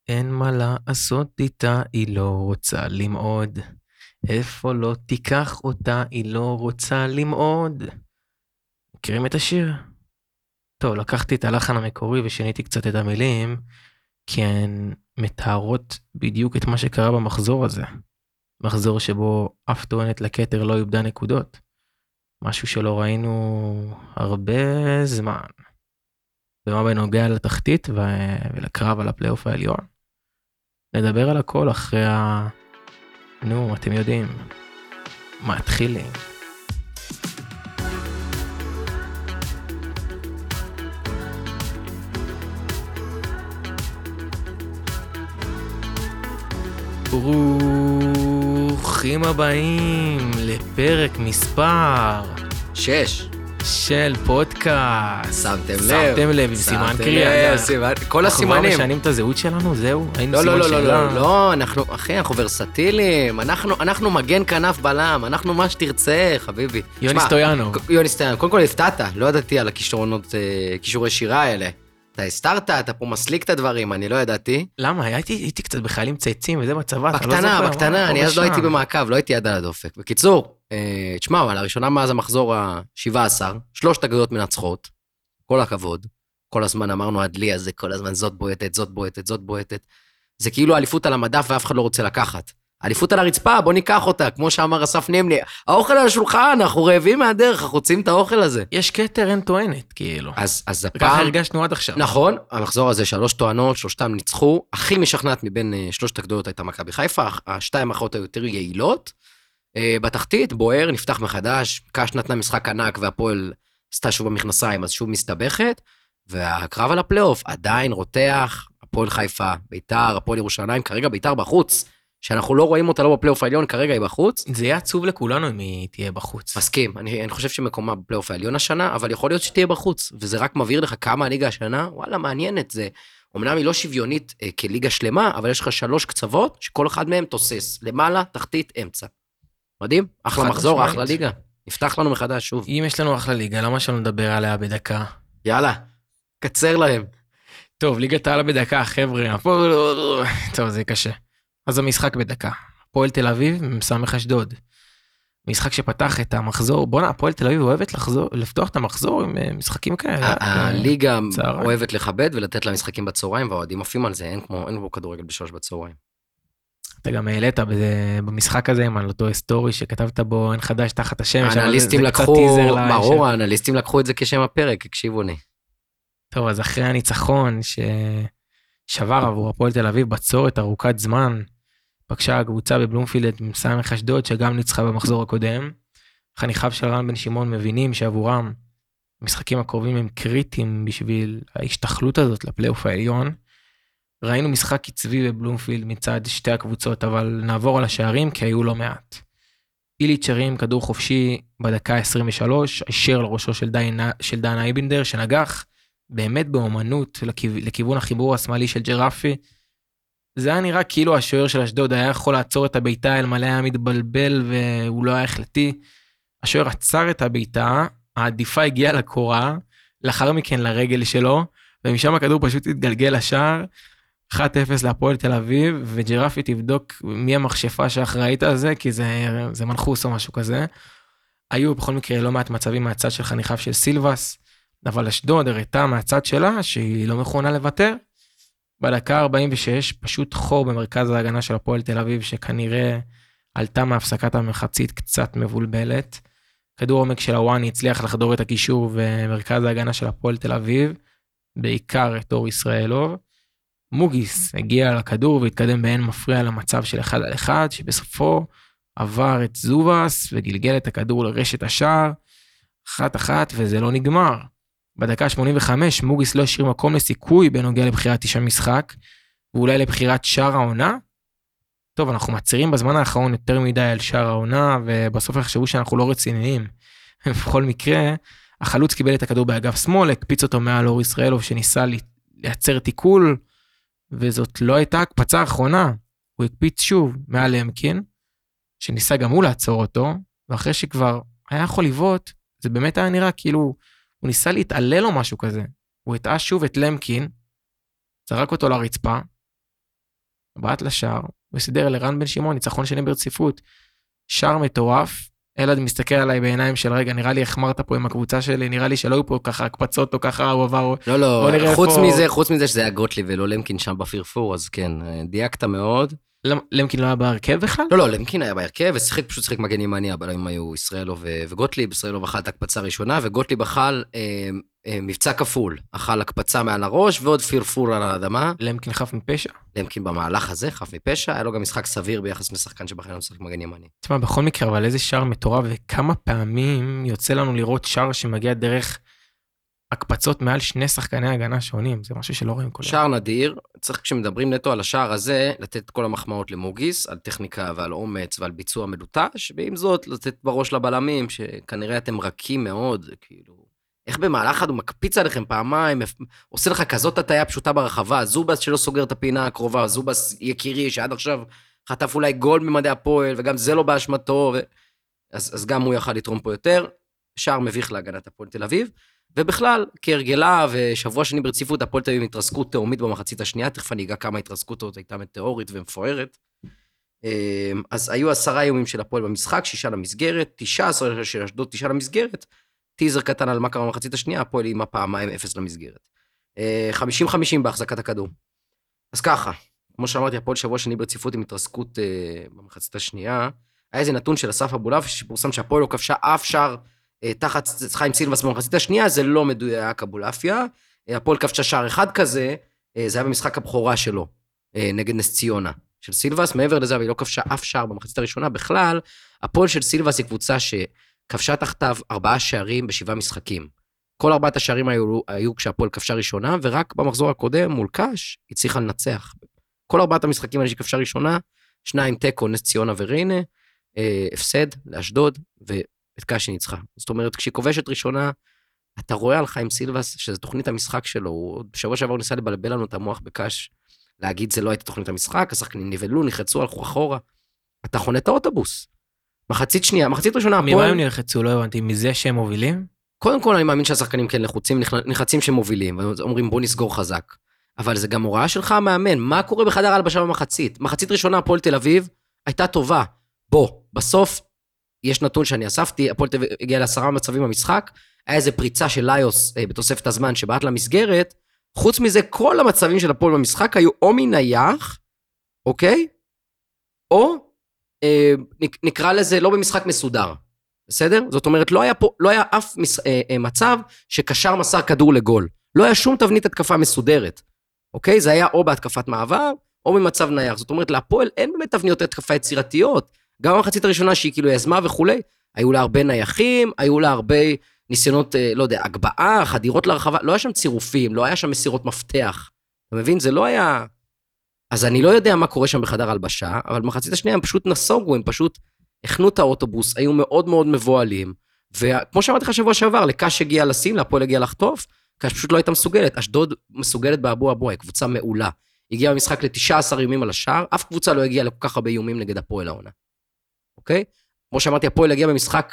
אין מה לעשות איתה, היא לא רוצה למעוד. איפה לא תיקח אותה, היא לא רוצה למעוד. מכירים את השיר? טוב, לקחתי את הלחן המקורי ושיניתי קצת את המילים, כי הן מתארות בדיוק את מה שקרה במחזור הזה. מחזור שבו אף טוענת לכתר לא יובדה נקודות. משהו שלא ראינו הרבה זמן. ומה בנוגע לתחתית ולקרב על הפלייאוף העליון? נדבר על הכל אחרי נו, אתם יודעים. מתחילים. ברוכים הבאים לפרק מספר 6 של פודקאסט. שמתם לב עם סימן קריאה. כל הסימנים. אנחנו משנים את הזהות שלנו, זהו? לא, אנחנו ורסטיליים, אנחנו מגן כנף בלם, אנחנו מה שתרצה, חביבי. יוני סטויאנו. קודם כל הפתעת, לא ידעתי על הכישורי שירה האלה. אתה הסתרת, אתה פה מסליק את הדברים, אני לא ידעתי. למה? הייתי קצת בחיילים צייצים וזה בצבא. בקטנה, אני אז לא הייתי במעקב, לא הייתי יד על הדופק. בקיצור, תשמע, אבל הראשונה מאז המחזור ה-17, 3 אגדות מנצחות, כל הכבוד, כל הזמן אמרנו הדלי הזה, כל הזמן זאת בועטת. זה כאילו אליפות על המדף ואף אחד לא רוצה לקחת. אליפות על הרצפה, בוא ניקח אותה, כמו שאמר אסף נמלי, האוכל על השולחן, אנחנו רעבים מהדרך, אנחנו רוצים את האוכל הזה. יש כתר, אין טוענת, כאילו. אז הפעם... ככה הרגשנו עד עכשיו. נכון, המחזור הזה 3 טוענות, 3 ניצחו, הכי משכנעת מבין 3 הגדולות הייתה מכבי חיפה, 2 האחרות היו יותר יעילות, בתחתית, בוער, נפתח מחדש, קש נתנה משחק ענק, והפועל עשתה שוב במכנסיים, אז שוב מסתבכת, והקרב על הפלייאוף עדיין רותח, הפועל חיפה, ביתר, הפועל ירושלים, כרגע ביתר בחוץ, שאנחנו לא רואים אותה לא בפלייאוף העליון, כרגע היא בחוץ. זה יהיה עצוב לכולנו אם היא תהיה בחוץ. מסכים, אני חושב שמקומה בפלייאוף העליון השנה, אבל יכול להיות שתהיה בחוץ, וזה רק מבהיר לך כמה הליגה השנה, וואלה, מעניינת זה. אמנם היא לא שוויונית כליגה שלמה, אבל יש לך 3 קצוות, שכל אחד מהם תוסס, למעלה, תחתית, אמצע. מדהים? אחלה מחזור, אחלה ליגה. נפתח לנו מחדש שוב. אם יש לנו אחלה ליגה, למה שלא נדבר עליה בדקה? יאללה, קצר להם. טוב, ליגת העל בדקה, חבר'ה. טוב, זה קשה. אז המשחק בדקה. הפועל תל אביב, מסמך אשדוד. משחק שפתח את המחזור. בוא'נה, הפועל תל אביב אוהבת לפתוח את המחזור עם משחקים כאלה. הליגה אוהבת לכבד ולתת לה משחקים בצהריים, והאוהדים עפים על זה, אין כמו כדורגל ב3 בצהריים. אתה גם העלית במשחק הזה, על אותו היסטורי שכתבת בו, אין חדש תחת השמש. האנליסטים לקחו את זה כשם הפרק, הקשיבו לי. טוב, אז אחרי הניצחון ששבר עבור הפועל תל אביב בצורת ארוכת זמן, פגשה הקבוצה בבלומפילד את מסמך אשדוד, שגם ניצחה במחזור הקודם. חניכיו של רן בן שמעון מבינים שעבורם המשחקים הקרובים הם קריטיים בשביל ההשתחלות הזאת לפלייאוף העליון. ראינו משחק קצבי בבלומפילד מצד שתי הקבוצות, אבל נעבור על השערים כי היו לא מעט. איליץ' הרים כדור חופשי בדקה 23, הישר לראשו של דן אייבינדר, שנגח באמת באומנות לכיוון החיבור השמאלי של ג'רפי. זה היה נראה כאילו השוער של אשדוד היה יכול לעצור את הביתה, אלמלא היה מתבלבל והוא לא היה החלטי. השוער עצר את הביתה, העדיפה הגיעה לקורה, לאחר מכן לרגל שלו, ומשם הכדור פשוט התגלגל לשער, 1-0 להפועל תל אביב, וג'רפי תבדוק מי המכשפה שאחראית על זה, כי זה מנחוס או משהו כזה. היו בכל מקרה לא מעט מצבים מהצד של חניכיו של סילבס, אבל אשדוד הראתה מהצד שלה שהיא לא מכונה לוותר. בדקה 46, פשוט חור במרכז ההגנה של הפועל תל אביב, שכנראה עלתה מהפסקת המחצית קצת מבולבלת. כדור עומק של הוואני הצליח לחדור את הקישור ומרכז ההגנה של הפועל תל אביב, בעיקר את אור ישראלוב. מוגיס הגיע לכדור והתקדם באין מפריע למצב של 1-1, שבסופו עבר את זובס וגלגל את הכדור לרשת השער, 1-1 וזה לא נגמר. בדקה 85 מוגיס לא השאיר מקום לסיכוי בנוגע לבחירת איש המשחק, ואולי לבחירת שער העונה. טוב, אנחנו מצהירים בזמן האחרון יותר מדי על שער העונה, ובסוף יחשבו שאנחנו לא רציניים. בכל מקרה, החלוץ קיבל את הכדור באגף שמאל, הקפיץ אותו מעל אור ישראלוב שניסה לייצר תיקול, וזאת לא הייתה הקפצה האחרונה. הוא הקפיץ שוב מעל למקין, שניסה גם הוא לעצור אותו, ואחרי שכבר היה יכול לבעוט, זה באמת היה נראה כאילו הוא ניסה להתעלל או משהו כזה. הוא הטעה שוב את למקין, זרק אותו לרצפה, בעט לשער, וסידר לרן בן שמעון, ניצחון שני ברציפות, שער מטורף, אלעד מסתכל עליי בעיניים של רגע, נראה לי החמרת פה עם הקבוצה שלי, נראה לי שלא היו פה ככה הקפצות או ככה הוא עבר. לא, חוץ מזה שזה היה גוטליב ולא למקין שם בפרפור, אז כן, דייקת מאוד. למקין לא היה בהרכב בכלל? לא, למקין היה בהרכב, פשוט שיחק מגן ימני, אבל אם היו ישראלוב וגוטליב, ישראלוב אכל את הקפצה הראשונה, וגוטליב אכל מבצע כפול, אכל הקפצה מעל הראש, ועוד פרפור על האדמה. למקין חף מפשע? למקין במהלך הזה חף מפשע, היה לו גם משחק סביר ביחס לשחקן שבחר משחק מגן ימני. תשמע, בכל מקרה, אבל איזה שער מטורף, וכמה פעמים יוצא לנו לראות שער שמגיע דרך הקפצות מעל שני שחקני הגנה שונים, זה משהו שלא רואים כל שער נדיר, צריך כשמדברים נטו על השער הזה, לתת כל המחמאות למוגיס, על טכניקה ועל אומץ ועל ביצוע מדוטש, ועם זאת, לתת בראש לבלמים, שכנראה אתם רכים מאוד, כאילו, איך במהלך אחד הוא מקפיץ עליכם פעמיים, עושה לך כזאת הטעיה פשוטה ברחבה, זובס שלא סוגר את הפינה הקרובה, זובס יקירי, שעד עכשיו חטף אולי גול ממדעי הפועל, וגם זה לא באשמתו, אז גם הוא יכל לתרום פה יותר, שער מביך להגנת הפועל תל אביב, ובכלל, כהרגלה ושבוע שני ברציפות, הפועל תל אביב התרסקות תאומית במחצית השנייה, תכף אני אגע כמה התרסקות הזאת הייתה מטאורית ומפוארת. אז היו 10 איומים של הפועל במשחק, 6 למסגרת, 19 של אשדוד, 9 למסגרת, טיזר קטן על מה קרה במחצית השנייה, הפועל אימה פעמיים 0 למסגרת. 50-50 בהחזקת הכדור. אז ככה, כמו שאמרתי, הפועל שבוע שני ברציפות עם התרסקות במחצית השנייה, היה איזה נתון של אסף אבולעפיה, שפורסם שהפועל לא כבשה אף שער תחת חיים סילבס במחצית השנייה, זה לא מדויק אבולעפיה, הפועל כבשה שער אחד כזה, זה היה במשחק הבכורה שלו, נגד נס ציונה של סילבס, מעבר לזה, אבל היא לא כבשה אף שער במחצית הראשונה, בכלל, הפועל של סילבס היא קבוצה שכבשה תחתיו 4 שערים ב7 משחקים, כל 4 השערים היו כשהפועל כבשה ראשונה, ורק במחזור הקודם מול קאש, הצליחה לנצח, כל 4 המשחקים האלה שכבשה ראשונה, 2 תיקו, נס ציונה וריינה, הפסד לאשדוד, את קאש שניצחה. זאת אומרת, כשהיא כובשת ראשונה, אתה רואה על חיים סילבס, שזו תוכנית המשחק שלו, הוא בשבוע שעבר ניסה לבלבל לנו את המוח בקאש, להגיד זה לא הייתה תוכנית המשחק, השחקנים נבלו, נחצו, הלכו אחורה, אתה חונה את האוטובוס. מחצית שנייה, מחצית ראשונה, ממה הם נלחצו? לא הבנתי, מזה שהם מובילים? קודם כל, אני מאמין שהשחקנים כן נחצים שמובילים, ואומרים בוא נסגור חזק. אבל זה גם הוראה שלך המאמן, מה קורה בחדר הלבשה במחצית? מחצית ראשונה, הפועל תל אביב, הייתה טובה. בסוף, יש נתון שאני אספתי, הפועל תל אביב הגיע ל10 מצבים במשחק, היה איזה פריצה של ליוס בתוספת הזמן שבאת למסגרת, חוץ מזה, כל המצבים של הפועל במשחק היו או מנייח, אוקיי? או נקרא לזה לא במשחק מסודר, בסדר? זאת אומרת, לא היה אף מצב שקשר מסר כדור לגול. לא היה שום תבנית התקפה מסודרת, אוקיי? זה היה או בהתקפת מעבר, או במצב נייח. זאת אומרת, להפועל אין באמת תבניות התקפה יצירתיות, גם במחצית הראשונה שהיא כאילו יזמה וכולי, היו לה הרבה נייחים, היו לה הרבה ניסיונות, לא יודע, הגבעה, חדירות לרחבה, לא היה שם צירופים, לא היה שם מסירות מפתח. אתה מבין? זה לא היה... אז אני לא יודע מה קורה שם בחדר הלבשה, אבל במחצית השנייה הם פשוט נסוגו, הם פשוט הכנו את האוטובוס, היו מאוד מאוד מבועלים, וכמו שאמרתי לך שבוע שעבר, לקאש הגיע לשים, להפועל הגיע לחטוף, קאש פשוט לא הייתה מסוגלת, אשדוד מסוגלת באבו אבו, היא קבוצה מעולה, הגיעה במשחק ל19 איומים על השער, אף קבוצה לא הגיעה לכל כך הרבה איומים נגד הפועל העונה. אוקיי? כמו שאמרתי, הפועל הגיע במשחק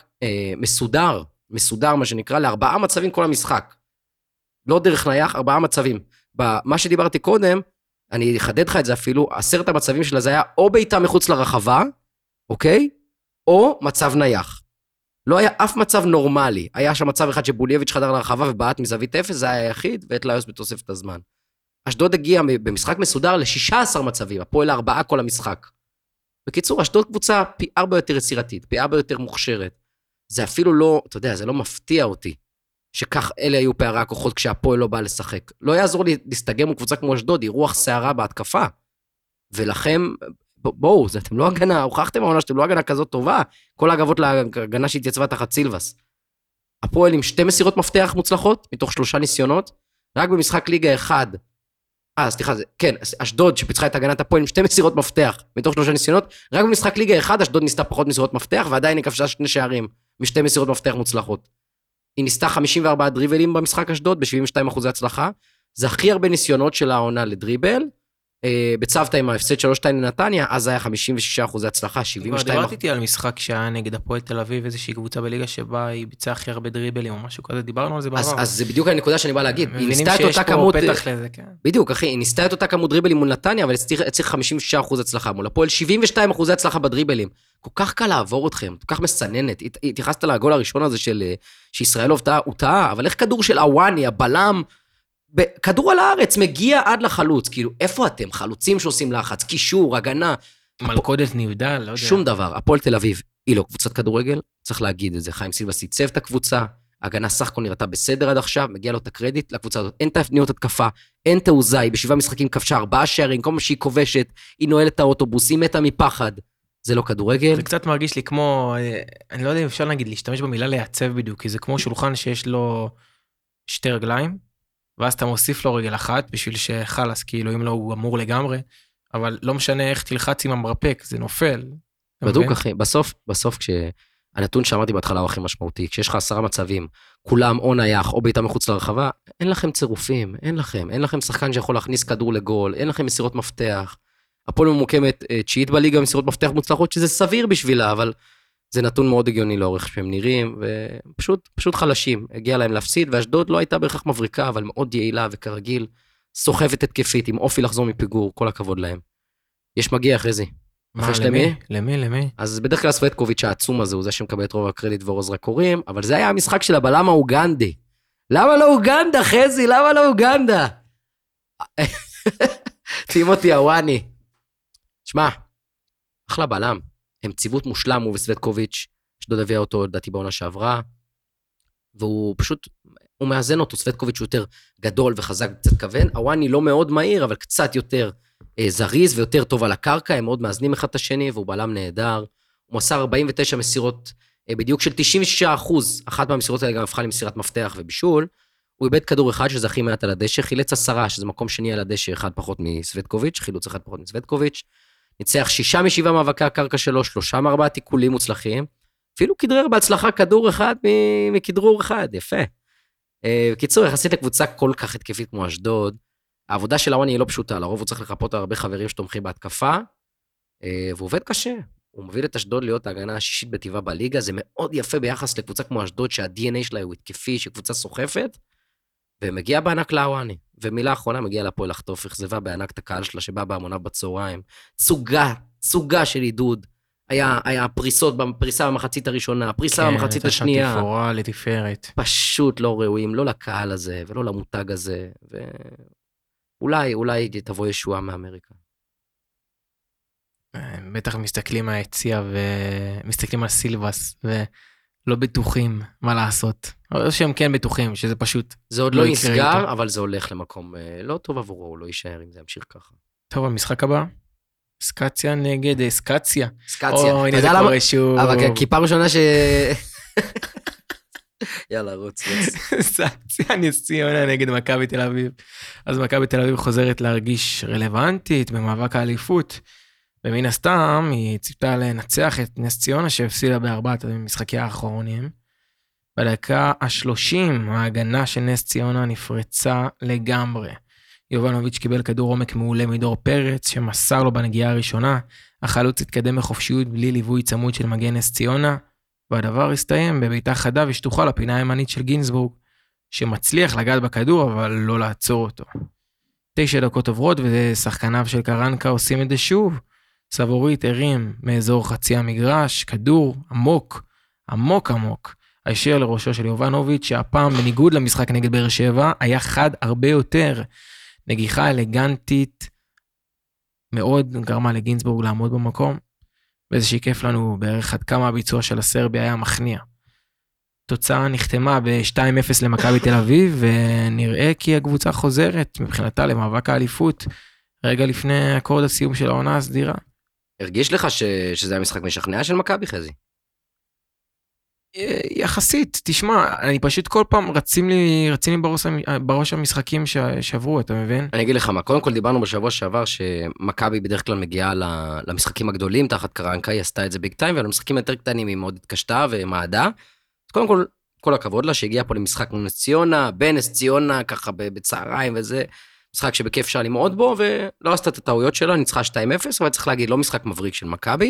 מסודר מה שנקרא, ל4 מצבים כל המשחק. לא דרך נייח, 4 מצבים. במה שדיברתי קודם, אני אחדד לך את זה אפילו, 10 המצבים שלה זה היה או בעיטה מחוץ לרחבה, אוקיי? או מצב נייח. לא היה אף מצב נורמלי. היה שם מצב אחד שבולייביץ' חדר לרחבה ובעט מזווית 0, זה היה היחיד, ואת ליוס בתוספת הזמן. אשדוד הגיע במשחק מסודר ל16 מצבים, הפועל 4 כל המשחק. בקיצור, אשדוד קבוצה פי 4 יותר יצירתית, פי 4 יותר מוכשרת. זה אפילו לא, אתה יודע, זה לא מפתיע אותי, שכך אלה היו פערי הכוחות כשהפועל לא בא לשחק. לא יעזור לי להסתגם מקבוצה כמו אשדוד, היא רוח שערה בהתקפה. ולכם, בואו, אתם לא הגנה, הוכחתם העונה שאתם לא הגנה כזאת טובה, כל הגבות להגנה שהתייצבה תחת סילבס. הפועל עם 2 מסירות מפתח מוצלחות, מתוך 3 ניסיונות, רק במשחק ליגה 1, סליחה, כן, אשדוד שפיצחה את הגנת הפועל עם 2 מסירות מפתח, מתוך 3 ניסיונות, רק במשחק ליגה 1, אשדוד ניסתה פחות מסירות מפתח, ועדיין היא כבשה 2 שערים, מ2 מסירות מפתח מוצלחות. היא ניסתה 54 דריבלים במשחק אשדוד, ב-72% הצלחה, זה הכי הרבה ניסיונות של העונה לדריבל, בצוותא עם ההפסד 3-2 לנתניה, אז היה 56% הצלחה, 72%. דיברתי איתי על משחק שהיה נגד הפועל תל אביב, איזושהי קבוצה בליגה שבה היא ביצעה הכי הרבה דריבלים או משהו כזה, דיברנו על זה בעבר. אז זה בדיוק הנקודה שאני בא להגיד. היא מבינים ניסתה את שיש אותה פה כמות... פתח לזה, כן. בדיוק, אחי, היא ניסתה את אותה כמות דריבלים מול נתניה, אבל צריך 56% הצלחה. מול הפועל 72% הצלחה בדריבלים. כל כך קל לעבור אתכם, כל כך מסננת. התייחסת לגול הראשון הזה שישראלוב הוא טעה, אבל איך כדור של אוואני, הבלם, כדור על הארץ, מגיע עד לחלוץ. כאילו, איפה אתם? חלוצים שעושים לחץ, קישור, הגנה. מלכודת נבדל, לא יודע. שום דבר. הפועל תל אביב, היא לא קבוצת כדורגל, צריך להגיד את זה. חיים סילבס ייצב את הקבוצה, הגנה סך הכל נראתה בסדר עד עכשיו, מגיע לו את הקרדיט לקבוצה הזאת. אין תפניות התקפה, אין תעוזה, היא ב7 משחקים כבשה 4 שערים, כל מה שהיא כובשת, היא נועלת את האוטובוס, היא מתה מפחד. זה לא כדורגל. זה קצת מרגיש לי כמו, אני לא יודע אם אפשר להגיד, להשתמש במילה לייצב בדיוק, כי זה כמו שולחן שיש לו 2 רגליים, ואז אתה מוסיף לו רגל אחת, בשביל שחלס, כאילו, אם לא, הוא אמור לגמרי, אבל לא משנה איך תלחץ עם המרפק, זה נופל. בדיוק, אחי, בסוף הנתון שאמרתי בהתחלה הוא הכי משמעותי, כשיש לך 10 מצבים, כולם או נייח או בעיטה מחוץ לרחבה, אין לכם צירופים, אין לכם שחקן שיכול להכניס כדור לגול, אין לכם מסירות מפתח. הפועל ממוקמת 9 בליגה מסירות מפתח מוצלחות, שזה סביר בשבילה, אבל זה נתון מאוד הגיוני לאורך שהם נראים, ופשוט חלשים, הגיע להם להפסיד, ואשדוד לא הייתה בהכרח מבריקה, אבל מאוד יעילה וכרגיל, סוחבת התקפית, עם אופי לחזור מפיגור, כל הכבוד להם. יש מגיע אחרי זה. מה, למי? אז בדרך כלל סווטקוביץ' העצום הזה, הוא זה שמקבל את רוב הקרדיט ואורז רקורים, אבל זה היה המשחק של הבלם האוגנדי. למה לא אוגנדה, חזי? למה לא אוגנדה? טימותי אוואני. שמע, אחלה בלם. הם ציוות מושלם, הוא וסווטקוביץ', שדוד הביאה אותו, לדעתי בעונה שעברה, והוא פשוט, הוא מאזן אותו, סווטקוביץ' יותר גדול וחזק, קצת כוון, אוואני לא מאוד מהיר, אבל קצת יותר זריז ויותר טוב על הקרקע, הם מאוד מאזנים אחד את השני, והוא בלם נהדר, הוא מסר 49 מסירות, בדיוק של 96%, אחת מהמסירות האלה גם הפכה למסירת מפתח ובישול, הוא איבד כדור אחד שזה הכי מעט על הדשא, חילץ 10, שזה מקום שני על הדשא, אחד פחות מסווטקוביץ', חילוץ אחד פחות מסווטקוביץ', ניצח 6 מ7 מאבקי הקרקע שלו, 3 מ4 תיקולים מוצלחים, אפילו כדרר בהצלחה כדור אחד מכדרור אחד, יפה. בקיצור, יחסית לקבוצה כל כך התקפית כמו אשדוד, העבודה של אוואני היא לא פשוטה, לרוב הוא צריך לחפות הרבה חברים שתומכים בהתקפה, והוא עובד קשה. הוא מוביל את אשדוד להיות ההגנה השישית בטבעה בליגה, זה מאוד יפה ביחס לקבוצה כמו אשדוד, שה-DNA שלה הוא התקפי, שקבוצה סוחפת, ומגיע בענק לאוואני. ומילה האחרונה מגיע לפועל לחטוף, אכזבה בענק את הקהל שלה, שבא בהמוניו בצהריים. צוגה של עידוד. היה פריסה במחצית הראשונה, פריסה במחצית השנייה. כן, תפאורה לתפארת. פשוט לא ראויים, לא לקהל הזה, ולא למותג הזה, אולי תבוא ישועה מאמריקה. בטח מסתכלים מהיציע ומסתכלים על סילבס ולא בטוחים מה לעשות. או שהם כן בטוחים, שזה פשוט זה עוד לא נסגר, אבל זה הולך למקום לא טוב עבורו, הוא לא יישאר אם זה ימשיך ככה. טוב, המשחק הבא. סקציה נגד סקציה. סקציה. או, הנה זה קורה שוב. אבל כי פעם ראשונה יאללה, רוץ. סקציה נס ציונה נגד מכבי תל אביב. אז מכבי תל אביב חוזרת להרגיש רלוונטית במאבק האליפות. ומן הסתם היא ציפתה לנצח את נס ציונה שהפסידה בארבעת המשחקי האחרונים. בדקה ה-30 ההגנה של נס ציונה נפרצה לגמרי. יובנוביץ' קיבל כדור עומק מעולה מדור פרץ שמסר לו בנגיעה הראשונה. החלוץ התקדם בחופשיות בלי ליווי צמוד של מגן נס ציונה. והדבר הסתיים בביתה חדה ושטוחה לפינה הימנית של גינסבורג, שמצליח לגעת בכדור אבל לא לעצור אותו. 9 דקות עוברות ושחקניו של קרנקה עושים את זה שוב. סבורית הרים מאזור חצי המגרש, כדור עמוק, הישר לראשו של יובנוביץ' שהפעם בניגוד למשחק נגד באר שבע, היה חד הרבה יותר. נגיחה אלגנטית מאוד גרמה לגינסבורג לעמוד במקום, וזה שיקף לנו בערך עד כמה הביצוע של הסרבי היה מכניע. תוצאה נחתמה ב-2-0 למכבי תל אביב, ונראה כי הקבוצה חוזרת מבחינתה למאבק האליפות, רגע לפני אקורד הסיום של העונה הסדירה. הרגיש לך שזה היה משחק משכנע של מכבי, חזי? יחסית, תשמע, אני פשוט כל פעם רצים לי בראש המשחקים שעברו, אתה מבין? אני אגיד לך מה, קודם כל דיברנו בשבוע שעבר שמכבי בדרך כלל מגיעה למשחקים הגדולים, תחת קרנקה, היא עשתה את זה ביג טיים, ולמשחקים יותר קטנים היא מאוד התקשתה ומעדה. אז קודם כל הכבוד לה שהגיעה פה למשחק מול נס ציונה, בנס ציונה, ככה בצהריים וזה, משחק שבכיף אפשר למעוד בו, ולא עשתה את הטעויות שלה, ניצחה 2-0, אבל צריך להגיד, לא משחק מבריק של מכבי,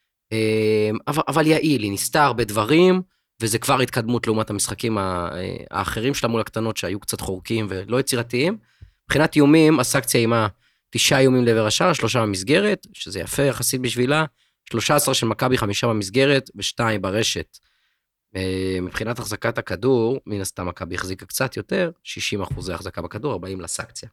אבל יעיל, היא ניסתה הרבה דברים, וזה כבר התקדמות לעומת המשחקים האחרים שלה מול הקטנות, שהיו קצת חורקים ולא יצירתיים. מבחינת איומים, הסקציה עימה 9 איומים לעבר השער, 3 במסגרת, שזה יפה יחסית בשבילה, 13 של מכבי, 5 במסגרת, ו2 ברשת. מבחינת החזקת הכדור, מן הסתם מכבי החזיקה קצת יותר, 60% החזקה בכדור, 40 לסקציה.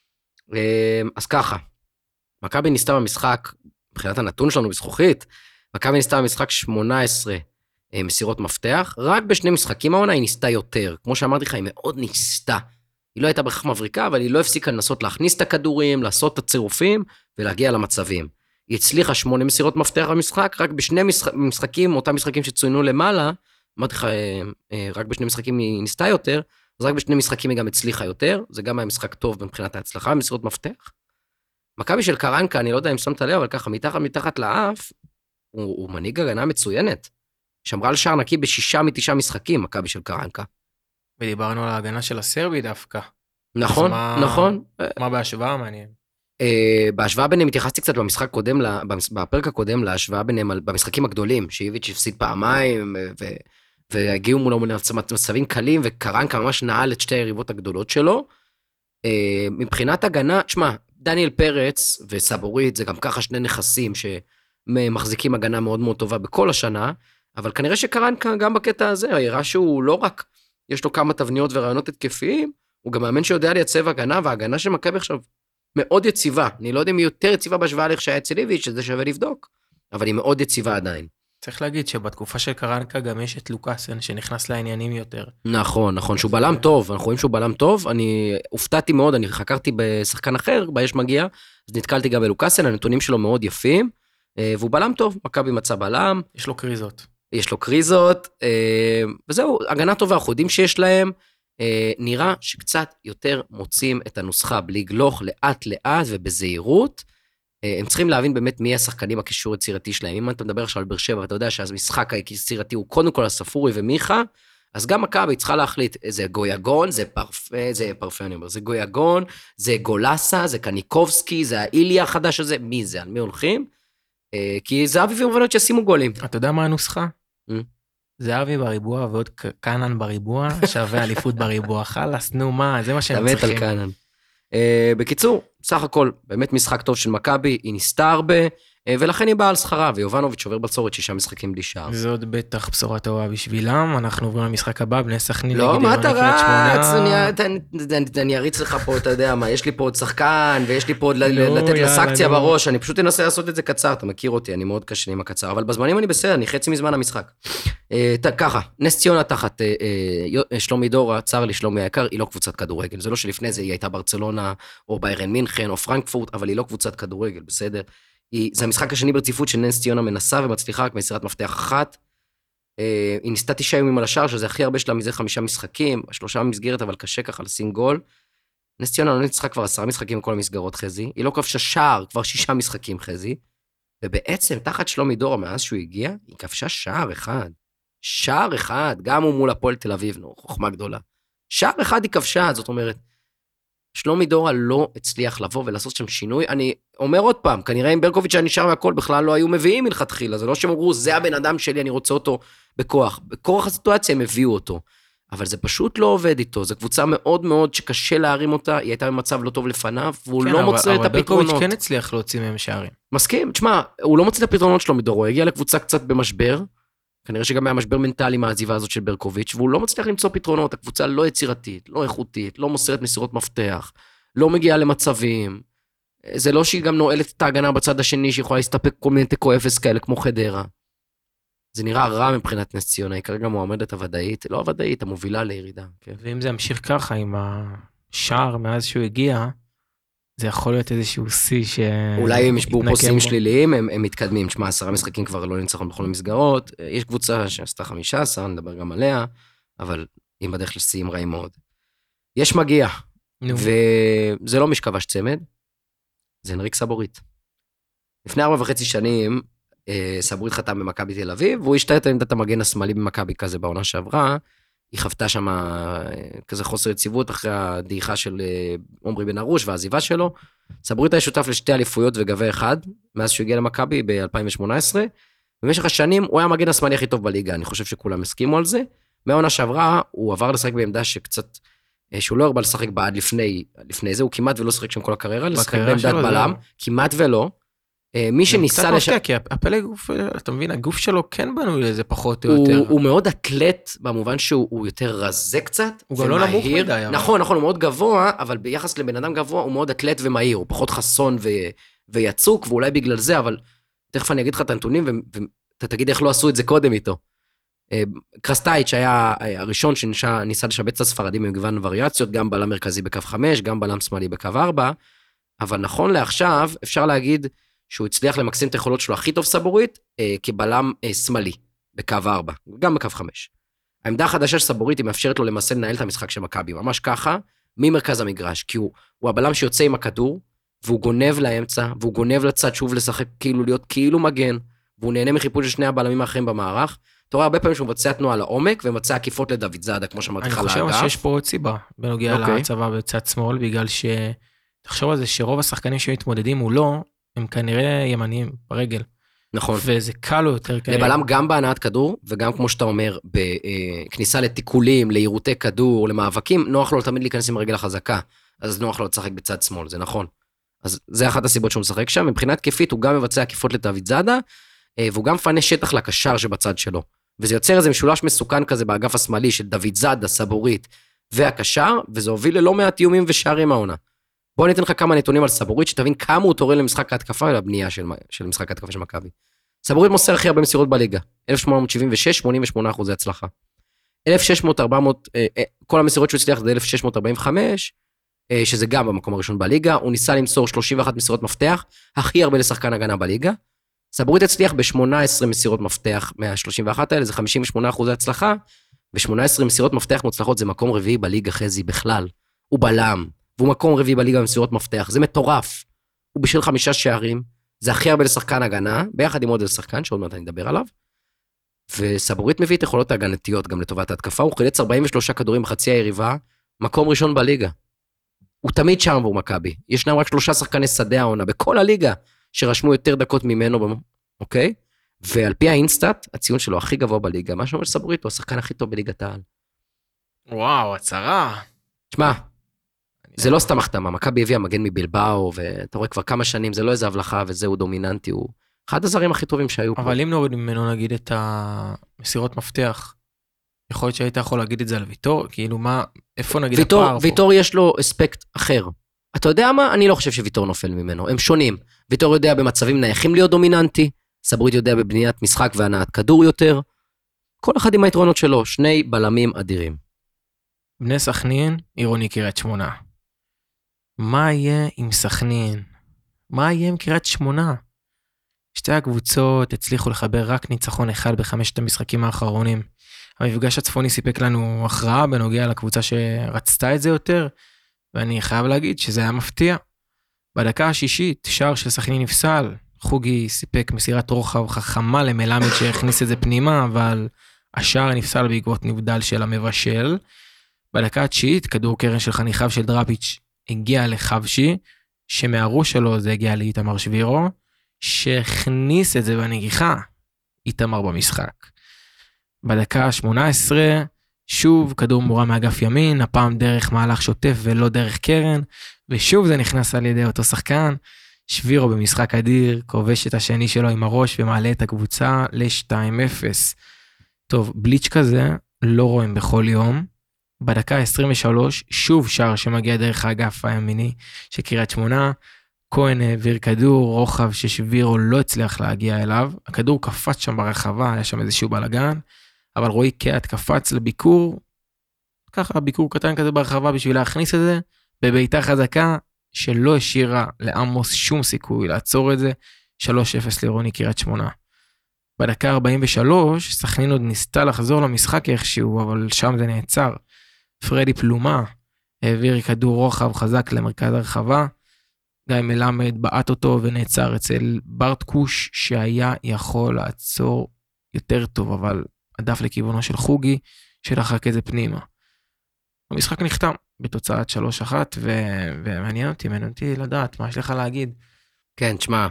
אז ככה, מכבי ניסתה במשחק, מבחינת הנתון שלנו בזכוכית, מכבי ניסתה במשחק 18 מסירות מפתח, רק בשני משחקים העונה היא ניסתה יותר. כמו שאמרתי לך, היא מאוד ניסתה. היא לא הייתה בכך מבריקה, אבל היא לא הפסיקה לנסות להכניס את הכדורים, לעשות את הצירופים, ולהגיע למצבים. היא הצליחה 8 מסירות מפתח במשחק, רק בשני משחקים, אותם משחקים שצוינו למעלה, אמרתי לך, רק בשני משחקים היא ניסתה יותר, אז רק בשני משחקים היא גם הצליחה יותר, זה גם היה משחק טוב מבחינת ההצלחה, מסירות מפתח. מכבי של קרנקה, אני לא יודע אם שמת לב, אבל ככה, מתחת לאף, הוא מנהיג הגנה מצוינת. שמרה על שער נקי ב6 מ9 משחקים, מכבי של קרנקה. ודיברנו על ההגנה של הסרבי דווקא. נכון, נכון. מה בהשוואה מעניין? בהשוואה ביניהם התייחסתי קצת במשחק קודם, בפרק הקודם, להשוואה ביניהם במשחקים הגדולים, שאיביץ' הפסיד פעמיים, והגיעו מולו מצבים קלים, וקרנקה ממש נעל את שתי היריבות הגדולות שלו. מבחינת הגנה, תשמע, דניאל פרץ וסבורית, זה גם ככה שני נכסים שמחזיקים הגנה מאוד מאוד טובה בכל השנה, אבל כנראה שקרנקה גם בקטע הזה, הראה שהוא לא רק, יש לו כמה תבניות ורעיונות התקפיים, הוא גם מאמן שיודע לייצב הגנה, וההגנה של מכבי עכשיו מאוד יציבה. אני לא יודע אם היא יותר יציבה בהשוואה לאיך שהיה אצל איביץ', שזה שווה לבדוק, אבל היא מאוד יציבה עדיין. צריך להגיד שבתקופה של קרנקה גם יש את לוקאסן שנכנס לעניינים יותר. נכון, נכון, שהוא בלם טוב, אנחנו רואים שהוא בלם טוב, אני הופתעתי מאוד, אני חקרתי בשחקן אחר, באש מגיע, אז נתקלתי גם בלוקאסן, הנתונים שלו מאוד יפים, והוא בלם טוב, מכבי מצא בלם. יש לו קריזות. יש לו קריזות, וזהו, הגנה טובה, אנחנו יודעים שיש להם, נראה שקצת יותר מוצאים את הנוסחה, בלי גלוך לאט לאט ובזהירות, הם צריכים להבין באמת מי השחקנים הקישור היצירתי שלהם. אם אתה מדבר עכשיו על באר שבע, ואתה יודע שהמשחק היצירתי הוא קודם כל הספורי ומיכה, אז גם מכבי צריכה להחליט, זה גויגון, זה פרפה, אני אומר, זה גויגון, זה גולסה, זה קניקובסקי, זה האיליה החדש הזה, מי זה, על מי הולכים? כי זה אביב ומובנות שישימו גולים. אתה יודע מה הנוסחה? זה אבי בריבוע ועוד קנן בריבוע, שווה אליפות בריבוע, חלס, נו מה, זה מה שהם צריכים. תמת על קנן. בקיצור, סך הכל, באמת משחק טוב של מכבי, היא ניסתה הרבה, ולכן היא באה על שכרה, ויובנוביץ' שובר בצורת 6 משחקים בלי שער. זאת בטח בשורה טובה בשבילם, אנחנו עוברים למשחק הבא, בני סכנין. לא, מה אתה רץ? אני אריץ לך פה, אתה יודע מה, יש לי פה עוד שחקן, ויש לי פה עוד לתת לסקציה בראש, אני פשוט אנסה לעשות את זה קצר, אתה מכיר אותי, אני מאוד קשה עם הקצר, אבל בזמנים אני בסדר, אני חצי מזמן המשחק. ככה, נס ציונה תחת שלומי דורה, צר לי שלומי היקר, היא לא קבוצת כדורגל, זה לא שלפני זה היא הייתה ברצלונה, או ביירן מינכן, או פרנקפורט, אבל היא לא קבוצת כדורגל, בסדר? זה המשחק השני ברציפות של נס ציונה מנסה ומצליחה רק מסירת מפתח אחת. היא ניסתה 9 ימים על השער, שזה הכי הרבה שלה מזה 5 משחקים, 3 במסגרת, אבל קשה ככה לשים גול. נס ציונה לא ניצחה כבר 10 משחקים בכל המסגרות חזי, היא לא כבשה שער, כבר 6 משחקים חזי, ובעצם תחת שלומי דורה מאז שהוא הגיע, היא כבשה שער אחד. שער אחד, גם הוא מול הפועל תל אביב, חוכמה גדולה. שער אחד היא כבשה, זאת אומרת, שלומי דורה לא הצליח לבוא ולעשות שם שינוי. אני אומר עוד פעם, כנראה עם ברקוביץ' הנשאר מהכל בכלל לא היו מביאים מלכתחילה, זה לא שהם אמרו, זה הבן אדם שלי, אני רוצה אותו בכוח. בכוח הסיטואציה הם הביאו אותו, אבל זה פשוט לא עובד איתו, זו קבוצה מאוד מאוד שקשה להרים אותה, היא הייתה במצב לא טוב לפניו, והוא כן, לא מוצא את הפתרונות. אבל ברקוביץ' כן הצליח להוציא מהם שערים. מסכים, תשמע, הוא לא מוצא את הפתרונות שלו מדורו, הוא הגיע לקבוצה קצת במשבר, כנראה שגם היה משבר מנטלי מהעזיבה הזאת של ברקוביץ', והוא לא מצליח למצוא פתרונות, הקבוצה לא יצירתית, לא איכותית, לא מוסרת מסירות מפתח, לא מגיעה למצבים, זה לא שהיא גם נועלת את ההגנה בצד השני, שיכולה להסתפק כל מיני תיקו אפס כאלה כמו חדרה. זה נראה רע מבחינת נס ציונה, היא כרגע מועמדת הוודאית, לא הוודאית, המובילה לירידה. כן. ואם זה ימשיך ככה עם השער מאז שהוא הגיע, זה יכול להיות איזשהו שיא ש... אולי הם ישבו פה שיאים שליליים, הם מתקדמים. תשמע, 10 משחקים כבר לא ניצחון בכל המסגרות, יש קבוצה שעשתה 15, נדבר גם עליה, אבל היא בדרך לשיאים רעים מאוד. יש מגיע, וזה לא משכבש צמד, זה הנריק סבורית. לפני 4.5 שנים, סבורית חתם במכבי תל אביב, והוא השתלט על עמדת המגן השמאלי במכבי כזה בעונה שעברה, היא חוותה שם כזה חוסר יציבות אחרי הדעיכה של עומרי בן ארוש והעזיבה שלו. סבורית היה שותף לשתי אליפויות וגבי אחד, מאז שהוא הגיע למכבי ב-2018. במשך השנים הוא היה המגן השמאלי הכי טוב בליגה, אני חושב שכולם הסכימו על זה. מהעונה שעברה הוא עבר לשחק בעמדה שקצת, שהוא לא הרבה לשחק בה עד לפני זה, הוא כמעט ולא שחק שם כל הקריירה, לשחק בעמדת בלם, כמעט ולא. מי שניסה כי הפלג גוף, אתה מבין, הגוף שלו כן בנוי לזה פחות או יותר. הוא מאוד אתלט, במובן שהוא יותר רזה קצת, הוא גם לא נמוך מדי. נכון, הוא מאוד גבוה, אבל ביחס לבן אדם גבוה, הוא מאוד אתלט ומהיר, הוא פחות חסון ויצוק, ואולי בגלל זה, אבל תכף אני אגיד לך את הנתונים, ואתה תגיד איך לא עשו את זה קודם איתו. קרסטייץ' היה הראשון שניסה לשבץ את הספרדים במגוון וריאציות, גם בלם מרכזי בקו 5, גם בלם שמאלי בקו 4, אבל נכון לעכשיו, אפשר להגיד שהוא הצליח למקסם את היכולות שלו הכי טוב סבורית, כבלם שמאלי, בקו 4, גם בקו 5. העמדה החדשה של סבורית היא מאפשרת לו למעשה לנהל את המשחק של מכבי, ממש ככה, ממרכז המגרש, כי הוא הבלם שיוצא עם הכדור, והוא גונב לאמצע, והוא גונב לצד שוב לשחק כאילו להיות כאילו מגן, והוא נהנה מחיפוש של שני הבלמים האחרים במערך. אתה רואה הרבה פעמים שהוא מבצע תנועה לעומק, ומבצע עקיפות לדוד זאדה, כמו שאמרתי לך לאגף. אני חושב שיש פה עוד סיבה, בנוגע לצבא בצד שמאל, בגלל תחשוב על זה שרוב השחקנים שמתמודדים מולו, הם כנראה ימניים ברגל. נכון. וזה קל לו יותר כנראה. לבלם גם בהנעת כדור, וגם כמו שאתה אומר, בכניסה לתיקולים, לעירותי כדור, למאבקים, נוח לו תמיד להיכנס עם הרגל החזקה, אז נוח לו לשחק בצד שמאל, זה נכון. אז זה אחת הסיבות שהוא משחק שם, מבחינת כיפית הוא גם מבצע עקיפות לדוד זאדה, והוא גם מפנה שטח לקשר שבצד שלו. וזה יוצר איזה משולש מסוכן כזה באגף השמאלי של דוד זאדה, סבורית והקשר, וזה הוביל ללא מעט איומים ושערים העונה. בוא ניתן לך כמה נתונים על סבורית, שתבין כמה הוא תורם למשחק ההתקפה ולבנייה של משחק ההתקפה של מכבי. סבורית מוסר הכי הרבה מסירות בליגה, 1876, 88% הצלחה. 1600, 400, כל המסירות שהוא הצליח זה 1645, שזה גם במקום הראשון בליגה, הוא ניסה למסור 31 מסירות מפתח, הכי הרבה לשחקן הגנה בליגה. סבורית הצליח ב-18 מסירות מפתח מה-31 האלה, זה 58% הצלחה, ו-18 מסירות מפתח מוצלחות זה מקום רביעי בליגה חזי בכלל, הוא בלם, והוא מקום רביעי בליגה במסירות מפתח, זה מטורף, הוא בשביל 5 שערים, זה הכי הרבה לשחקן הגנה, ביחד עם עוד לשחקן, שעוד מעט אני אדבר עליו, וסבורית מביא את יכולות ההגנתיות גם לטובת ההתקפה, הוא חילץ 43 כדורים בחצי היריבה, מקום ראשון בליגה, הוא תמיד שם עבור מכבי, ישנם רק 3 שחקני שדה העונה, בכל הליגה, שרשמו יותר דקות ממנו, אוקיי? ועל פי האינסטאט, הציון שלו הכי גבוה בליגה, מה שאומר סבורית, הוא השחקן הכי טוב בליגת העל. וואו, הצהרה. תשמע, זה לא סתם החתמה, מכבי הביאה מגן מבלבאו, ואתה רואה כבר כמה שנים, זה לא איזה הבלחה, וזהו דומיננטי, הוא אחד הזרים הכי טובים שהיו פה. אבל אם נוריד ממנו נגיד את המסירות מפתח, יכול להיות שהיית יכול להגיד את זה על ויטור, כאילו מה, איפה נגיד הפער פה? ויטור יש לו אספקט אחר. אתה יודע מה? אני לא חושב שוויטור נופל ממנו, הם שונים. ויטור יודע במצבים נייחים להיות דומיננטי, סבורית יודע בבניית משחק והנעת כדור יותר, כל אחד עם היתרונות שלו, שני בלמים אדירים. בני סכנין, עירוני קריית שמונה. מה יהיה עם סכנין? מה יהיה עם קריית שמונה? שתי הקבוצות הצליחו לחבר רק ניצחון אחד בחמשת המשחקים האחרונים. המפגש הצפוני סיפק לנו הכרעה בנוגע לקבוצה שרצתה את זה יותר, ואני חייב להגיד שזה היה מפתיע. בדקה השישית, שער של סכנין נפסל, חוגי סיפק מסירת רוחב חכמה למלמד שהכניס את זה פנימה, אבל השער נפסל בעקבות נבדל של המבשל. בדקה התשיעית, כדור קרן של חניכיו של דראפיץ' הגיע לחבשי, שמהראש שלו זה הגיע לאיתמר שבירו, שהכניס את זה בנגיחה, איתמר במשחק. בדקה ה-18, שוב כדור מורה מאגף ימין, הפעם דרך מהלך שוטף ולא דרך קרן, ושוב זה נכנס על ידי אותו שחקן, שבירו במשחק אדיר, כובש את השני שלו עם הראש ומעלה את הקבוצה ל-2-0. טוב, בליץ' כזה לא רואים בכל יום. בדקה 23, שוב שער שמגיע דרך האגף הימיני של קריית שמונה, כהן העביר כדור, רוחב ששבירו לא הצליח להגיע אליו, הכדור קפץ שם ברחבה, היה שם איזשהו בלגן, אבל רועי קהת קפץ לביקור, ככה ביקור קטן כזה ברחבה בשביל להכניס את זה, בביתה חזקה שלא השאירה לעמוס שום סיכוי לעצור את זה, 3-0 לעירוני קריית שמונה. בדקה 43, סכנין עוד ניסתה לחזור למשחק איכשהו, אבל שם זה נעצר. פרדי פלומה העביר כדור רוחב חזק למרכז הרחבה, גיא מלמד בעט אותו ונעצר אצל ברטקוש, שהיה יכול לעצור יותר טוב, אבל עדף לכיוונו של חוגי, שדחק את זה פנימה. המשחק נחתם בתוצאת 3-1, ומעניין אותי לדעת מה יש לך להגיד. כן, תשמע,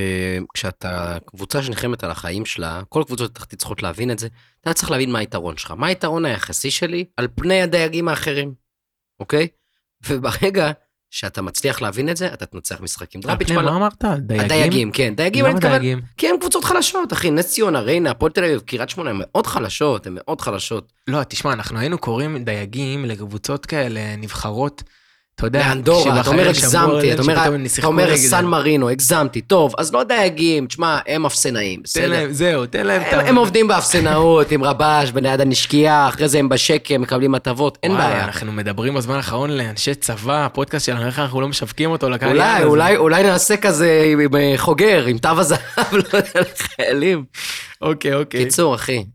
כשאתה קבוצה שנלחמת על החיים שלה, כל קבוצות התחתית צריכות להבין את זה, אתה צריך להבין מה היתרון שלך, מה היתרון היחסי שלי על פני הדייגים האחרים, אוקיי? וברגע שאתה מצליח להבין את זה, אתה תנצח משחקים. מה אמרת? הדייגים, כן, דייגים, אני מתכוון, כי הם קבוצות חלשות, אחי, נס ציונה, ריינה, הפועל תל אביב, קריית שמונה, הן מאוד חלשות. לא, תשמע, אנחנו היינו קוראים דייגים לקבוצות כאלה נבחרות, אתה יודע, לאנדורה, אתה אומר הגזמתי, אתה אומר סן מרינו, הגזמתי, טוב, אז לא דייגים, תשמע, הם אפסנאים, בסדר? תן להם. הם עובדים באפסנאות, עם רבש, בנייד הנשקייה, אחרי זה הם בשקם, מקבלים הטבות, אין בעיה. אנחנו מדברים בזמן האחרון לאנשי צבא, הפודקאסט שלנו, איך אנחנו לא משווקים אותו לקהל יעד הזה. אולי נעשה כזה עם חוגר, עם תו הזהב, לא יודע, לחיילים. אוקיי. קיצור, אחי,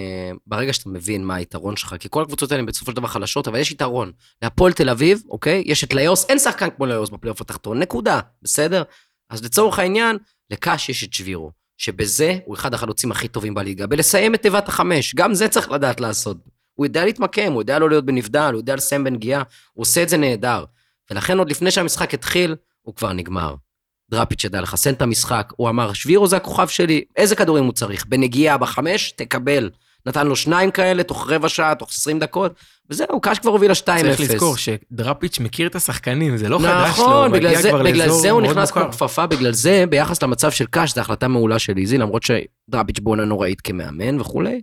ברגע שאתה מבין מה היתרון שלך, כי כל הקבוצות האלה בסופו של דבר חלשות, אבל יש יתרון. להפועל תל אביב, אוקיי? יש את ליוס, אין שחקן כמו ליוס בפלייאוף התחתון, נקודה, בסדר? אז לצורך העניין, לקש יש את שבירו, שבזה הוא אחד החלוצים הכי טובים בליגה, בלסיים את תיבת החמש, גם זה צריך לדעת לעשות. הוא יודע להתמקם, הוא יודע לא להיות בנבדל, הוא יודע לסיים בנגיעה, הוא עושה את זה נהדר. ולכן עוד לפני שהמשחק התחיל, הוא כבר נגמר. דראפיץ' ידע לחסן את המשחק, הוא אמר, שבירו זה הכוכב שלי, איזה כדורים הוא צריך? בנגיעה בחמש, תקבל. נתן לו 2 כאלה, תוך רבע שעה, תוך 20 דקות, וזהו, קש כבר הוביל 2-0. צריך לזכור שדראפיץ' מכיר את השחקנים, זה לא חדש לו, נכון, בגלל זה הוא נכנס כמו כפפה, בגלל זה, ביחס למצב של קש, זו החלטה מעולה של איזי, למרות שדראפיץ' בונה נוראית כמאמן וכולי,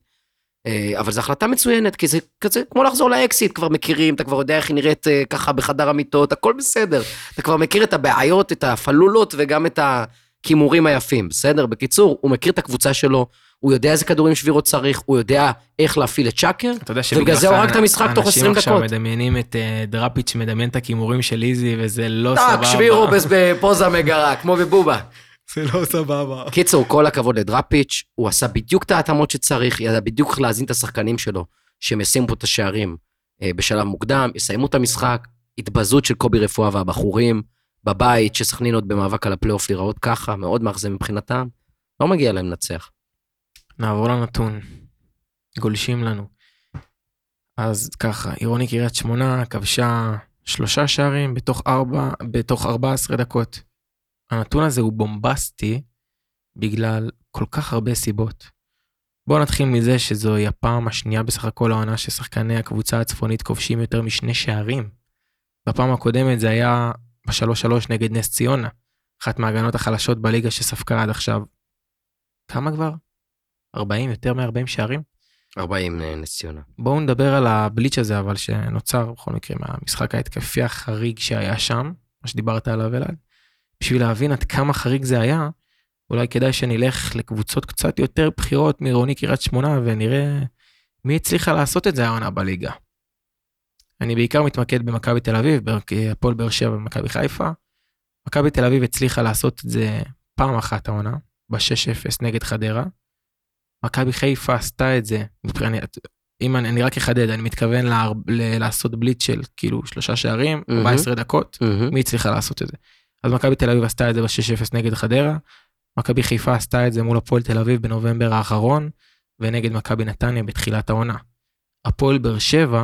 אבל זו החלטה מצוינת, כי זה כזה כמו לחזור לאקסיט, כבר מכירים, אתה כבר יודע איך היא נראית ככה בחדר המיטות, הכל בסדר, אתה כבר מכיר את הבעיות, את הפלולות וגם את הכימורים היפים, בסדר? בקיצור, הוא מכיר את הקבוצה שלו, הוא יודע איזה כדורים שבירות צריך, הוא יודע איך להפעיל את שקר, ובגלל זה הוא רק את המשחק תוך 20 דקות. אנשים עכשיו מדמיינים את דראפיץ' שמדמיין את הכימורים של איזי, וזה לא סבבה. טק, שבירו בפוזה מגרה, כמו בבובה. זה לא סבבה. קיצור, כל הכבוד לדראפיץ', הוא עשה בדיוק את ההתאמות שצריך, ידע בדיוק איך להזין את השחקנים שלו, שהם ישימו פה את השערים בשלב מוקדם, יסיימו את המשחק, התבזות של קובי רפואה והבחורים, בבית, שסכנין עוד במאבק על הפלייאוף לראות ככה, מאוד מאכזב מבחינתם, לא מגיע להם לנצח. נעבור לנתון, גולשים לנו. אז ככה, עירוני קריית שמונה כבשה 3 שערים בתוך 14 דקות. הנתון הזה הוא בומבסטי בגלל כל כך הרבה סיבות. בואו נתחיל מזה שזוהי הפעם השנייה בסך הכל העונה ששחקני הקבוצה הצפונית כובשים יותר מ2 שערים. בפעם הקודמת זה היה ב3-3 נגד נס ציונה, אחת מההגנות החלשות בליגה שספקה עד עכשיו. כמה כבר? 40, יותר מ-40 שערים? 40 נס ציונה. בואו נדבר על הבליץ' הזה, אבל שנוצר בכל מקרה מהמשחק ההתקפי החריג שהיה שם, מה שדיברת עליו אלעד. בשביל להבין עד כמה חריג זה היה, אולי כדאי שנלך לקבוצות קצת יותר בחירות מעירוני קריית שמונה, ונראה מי הצליחה לעשות את זה העונה בליגה. אני בעיקר מתמקד במכבי תל אביב, הפועל באר שבע ומכבי חיפה. מכבי תל אביב הצליחה לעשות את זה פעם אחת העונה, ב-6-0 נגד חדרה. מכבי חיפה עשתה את זה, אם אני רק אחדד, אני מתכוון לעשות בליץ של כאילו 3 שערים, 14 דקות, מי הצליחה לעשות את זה? אז מכבי תל אביב עשתה את זה ב-6-0 נגד חדרה, מכבי חיפה עשתה את זה מול הפועל תל אביב בנובמבר האחרון, ונגד מכבי נתניה בתחילת העונה. הפועל באר שבע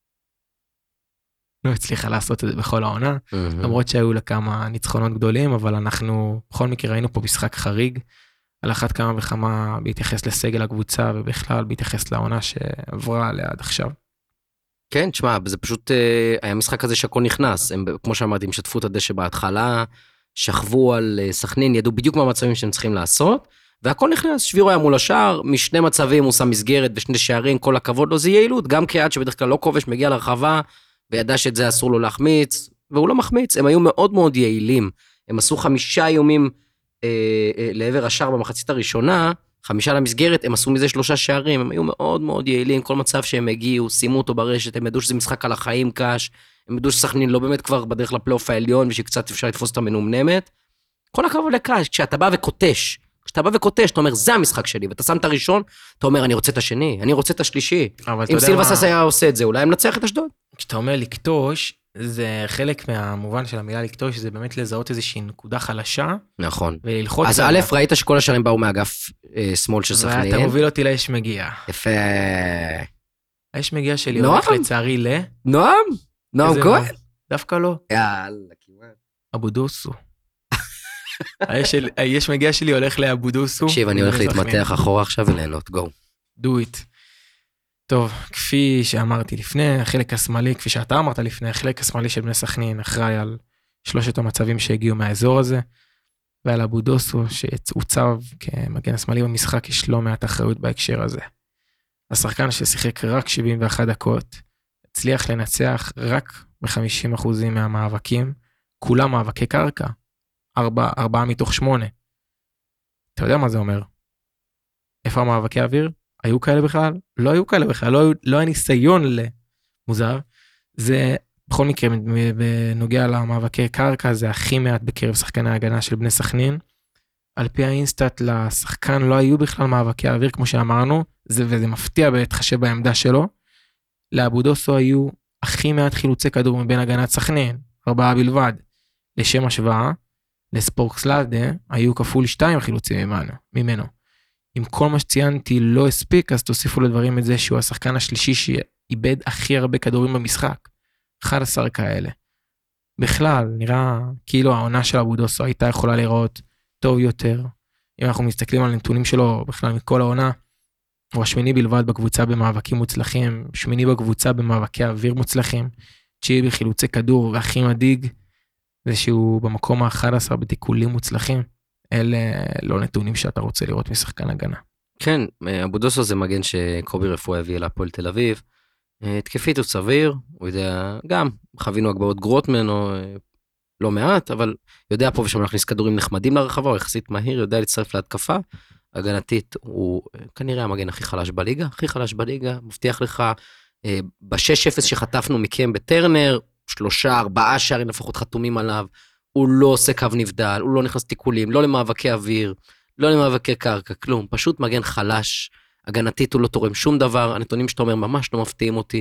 לא הצליחה לעשות את זה בכל העונה, למרות שהיו לה כמה ניצחונות גדולים, אבל אנחנו בכל מקרה ראינו פה משחק חריג, על אחת כמה וכמה בהתייחס לסגל הקבוצה, ובכלל בהתייחס לעונה שעברה עליה עד עכשיו. כן, תשמע, זה פשוט היה משחק כזה שהכל נכנס, הם, כמו שאמרתי, הם שטפו את הדשא בהתחלה, שכבו על סכנין, ידעו בדיוק מה המצבים שהם צריכים לעשות, והכל נכנס, שבירו היה מול השער, משני מצבים הוא שם מסגרת ושני שערים, כל הכבוד לו, זה יעילות, גם קריאת שבדרך כלל לא כובש, מגיע לרחבה, וידע שאת זה אסור לו להחמיץ, והוא לא מחמיץ, הם היו מאוד מאוד יעילים, הם עשו 5 איומים לעבר השער במחצית הראשונה, 5 למסגרת, הם עשו מזה 3 שערים, הם היו מאוד מאוד יעילים, כל מצב שהם הגיעו, שימו אותו ברשת, הם ידעו שזה משחק על החיים קש, הם ידעו שסכנין לא באמת כבר בדרך לפלייאוף העליון, ושקצת אפשר לתפוס את המנומנמת, כל הכבוד לקש, כשאתה בא וקוטש, אתה אומר, זה המשחק שלי, ואתה שם את הראשון, אתה אומר, אני רוצה את השני, אני רוצה את השלישי, אם סילבס היה עושה את זה, אולי הם נצח את אשדוד. כשאתה אומר לקטוש, זה חלק מהמובן של המילה לקטוש, זה באמת לזהות איזושהי נקודה חלשה. נכון. וללחוץ. אז א', ראית שכל השערים באו מאגף שמאל של סכנין. ואתה מוביל אותי לאש מגיע. יפה. האש מגיע שלי נועם? הולך לצערי נועם איזה כהן? נועם? דווקא לא. יאללה, כמעט. אבו דוסו. האש מגיע שלי הולך לאבו דוסו. תקשיב, אני הולך להתמתח אחורה עכשיו וליהנות, גו. do it. טוב, כפי שאמרתי לפני, החלק השמאלי, כפי שאתה אמרת לפני, החלק השמאלי של בני סכנין אחראי על שלושת המצבים שהגיעו מהאזור הזה, ועל אבו דוסו שהוצב כמגן השמאלי במשחק, יש לא מעט אחריות בהקשר הזה. השחקן ששיחק רק 71 דקות, הצליח לנצח רק ב-50% מהמאבקים, כולם מאבקי קרקע, 4 מתוך 8. אתה יודע מה זה אומר? איפה המאבקי האוויר? היו כאלה בכלל? לא היו כאלה בכלל, לא היה ניסיון למוזר. זה בכל מקרה בנוגע למאבקי קרקע, זה הכי מעט בקרב שחקני ההגנה של בני סכנין. על פי האינסטאט לשחקן לא היו בכלל מאבקי האוויר כמו שאמרנו, וזה מפתיע בהתחשב בעמדה שלו. לאבו דוסו היו הכי מעט חילוצי כדור מבין הגנת סכנין, 4 בלבד. לשם השוואה, לספורקסלאדה היו כפול 2 חילוצים ממנו. אם כל מה שציינתי לא הספיק, אז תוסיפו לדברים את זה שהוא השחקן השלישי שאיבד הכי הרבה כדורים במשחק. 11 כאלה. בכלל, נראה כאילו העונה של אבו דוסו הייתה יכולה לראות טוב יותר. אם אנחנו מסתכלים על נתונים שלו בכלל מכל העונה, הוא השמיני בלבד בקבוצה במאבקים מוצלחים, שמיני בקבוצה במאבקי אוויר מוצלחים, 9 בחילוצי כדור, והכי מדאיג זה שהוא במקום ה-11 בתיקולים מוצלחים. אלה לא נתונים שאתה רוצה לראות משחקן הגנה. כן, אבו דוסו זה מגן שקובי רפואה הביא להפועל תל אביב. התקפית הוא סביר, הוא יודע, גם חווינו הגבהות גרועות ממנו, לא מעט, אבל יודע פה ושם להכניס כדורים נחמדים לרחבה, הוא יחסית מהיר, יודע להצטרף להתקפה. הגנתית הוא כנראה המגן הכי חלש בליגה, מבטיח לך, ב-6-0 שחטפנו מכם בטרנר, 3-4 שערים לפחות חתומים עליו, הוא לא עושה קו נבדל, הוא לא נכנס תיקולים, לא למאבקי אוויר, לא למאבקי קרקע, כלום, פשוט מגן חלש, הגנתית הוא לא תורם שום דבר, הנתונים שאתה אומר ממש לא מפתיעים אותי,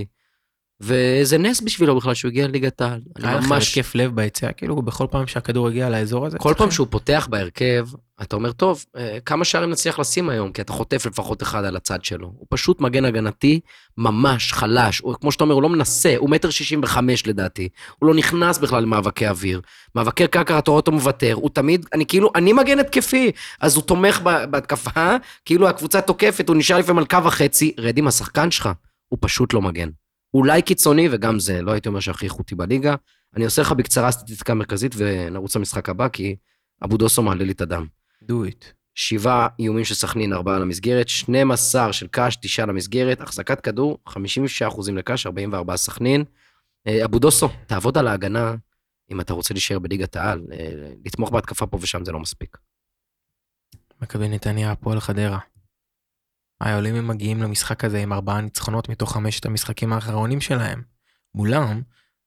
וזה נס בשבילו בכלל שהוא הגיע לליגת העל. היה לך התקף לב ביציאה, כאילו בכל פעם שהכדור הגיע לאזור הזה? כל פעם שהוא פותח בהרכב, אתה אומר, טוב, כמה שערים נצליח לשים היום, כי אתה חוטף לפחות אחד על הצד שלו. הוא פשוט מגן הגנתי, ממש חלש, כמו שאתה אומר, הוא לא מנסה, הוא 1.65 לדעתי, הוא לא נכנס בכלל למאבקי אוויר, מאבקי קרקע אתה רואה אותו מוותר, הוא תמיד, אני מגן התקפי, אז הוא תומך בהתקפה, כאילו הקבוצה תוקפת, הוא נשאר לפעמים על קו החצי, רד עם השחקן שלך, הוא פשוט לא מגן. אולי קיצוני, וגם זה, לא הייתי אומר שהכי איכותי בליגה. אני עושה לך בקצרה סטטיסטיקה מרכזית, ונרוץ למשחק הבא, כי אבו דוסו מעלה לי את הדם. do it. 7 איומים של סכנין, 4 למסגרת, 12 של קש, 9 למסגרת, החזקת כדור, 56% לקש, 44 סכנין. אבו דוסו, תעבוד על ההגנה, אם אתה רוצה להישאר בליגת העל, לתמוך בהתקפה פה ושם זה לא מספיק. מכבי נתניה, הפועל חדרה. העולים הם מגיעים למשחק הזה עם 4 ניצחונות מתוך 5 המשחקים האחרונים שלהם. מולם,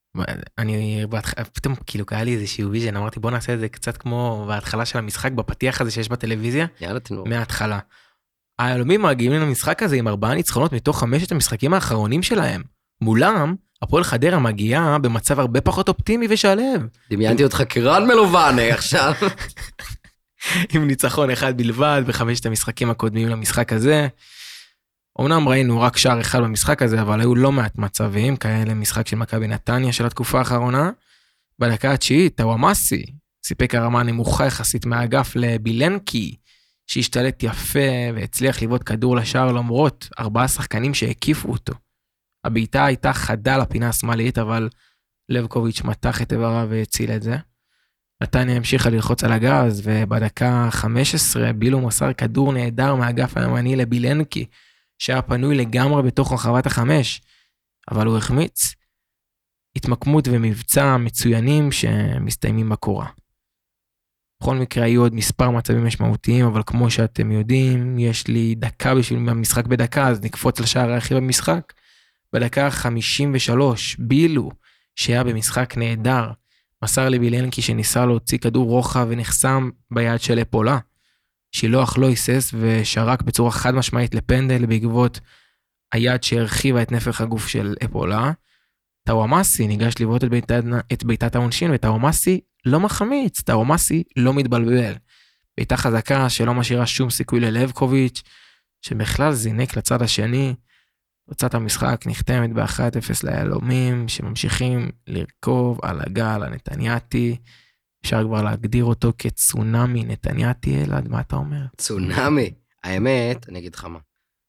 פתאום כאילו קרה לי איזשהו ויז'ן, אמרתי בוא נעשה את זה קצת כמו בהתחלה של המשחק, בפתיח הזה שיש בטלוויזיה, מההתחלה. העולים מגיעים למשחק הזה עם 4 ניצחונות מתוך 5 המשחקים האחרונים שלהם. מולם, הפועל חדרה מגיעה במצב הרבה פחות אופטימי ושלב. דמיינתי אותך קרן מלובנה עכשיו. עם ניצחון אחד בלבד ב5 המשחקים הקודמים למשחק הזה. אמנם ראינו רק שער אחד במשחק הזה, אבל היו לא מעט מצבים, כאלה משחק של מכבי נתניה של התקופה האחרונה. בדקה התשיעית, טוואמאסי סיפק הרמה נמוכה יחסית מהאגף לבילנקי, שהשתלט יפה והצליח לבעוט כדור לשער למרות 4 שחקנים שהקיפו אותו. הבעיטה הייתה חדה לפינה השמאלית, אבל לבקוביץ' מתח את איבריו והציל את זה. נתניה המשיכה ללחוץ על הגז, ובדקה 15 בילו מסר כדור נהדר מהאגף הימני לבילנקי, שהיה פנוי לגמרי בתוך רחבת ה5, אבל הוא החמיץ. התמקמות ומבצע מצוינים שמסתיימים בקורה. בכל מקרה היו עוד מספר מצבים משמעותיים, אבל כמו שאתם יודעים, יש לי דקה בשביל המשחק בדקה, אז נקפוץ לשער האחי במשחק. בדקה 53 בילו, שהיה במשחק נהדר, מסר לבילנקי שניסה להוציא כדור רוחב ונחסם ביד של אפולה. שילוח לא היסס ושרק בצורה חד משמעית לפנדל בעקבות היד שהרחיבה את נפח הגוף של אפולה. טוואמאסי ניגש לבעוט את בעיטת העונשין, וטוואמאסי לא מחמיץ, טוואמאסי לא מתבלבל. בעיטה חזקה שלא משאירה שום סיכוי ללבקוביץ', שבכלל זינק לצד השני. תוצאת המשחק נחתמת ב-1-0 ליהלומים, שממשיכים לרכוב על הגל הנתניאתי, אפשר כבר להגדיר אותו כצונאמי נתניאתי, אלעד, מה אתה אומר? צונאמי. האמת, אני אגיד לך מה.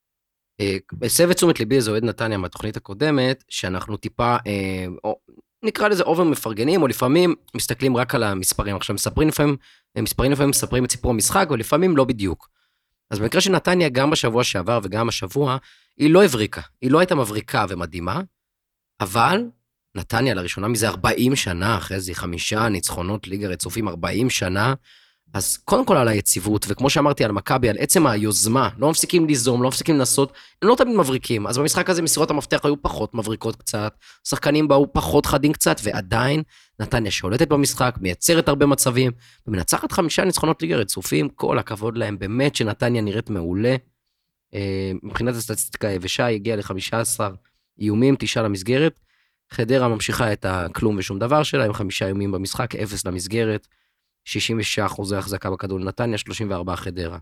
הסב את תשומת ליבי איזה אוהד נתניה מהתוכנית הקודמת, שאנחנו טיפה, נקרא לזה אובר מפרגנים, או לפעמים מסתכלים רק על המספרים. עכשיו מספרים לפעמים מספרים את סיפור המשחק, ולפעמים לא בדיוק. אז במקרה של נתניה, גם בשבוע שעבר וגם השבוע, היא לא הבריקה. היא לא הייתה מבריקה ומדהימה, אבל נתניה לראשונה מזה 40 שנה, אחרי זה 5 ניצחונות ליגה רצופים 40 שנה, אז קודם כל על היציבות, וכמו שאמרתי על מכבי, על עצם היוזמה, לא מפסיקים ליזום, לא מפסיקים לנסות, הם לא תמיד מבריקים, אז במשחק הזה מסירות המפתח היו פחות מבריקות קצת, שחקנים באו פחות חדים קצת, ועדיין נתניה שולטת במשחק, מייצרת הרבה מצבים, ומנצחת 5 ניצחונות ליגה רצופים, כל הכבוד להם, באמת שנתניה נראית מעולה, מבחינת הסטטיסטיקה היבשה, היא הגיעה ל-15 איומים, 9 למסגרת, חדרה ממשיכה את הכלום ושום דבר שלה, עם 5 איומים במשחק, 0 למסגרת, 66% החזקה בכדור לנתניה, 34 חדרה.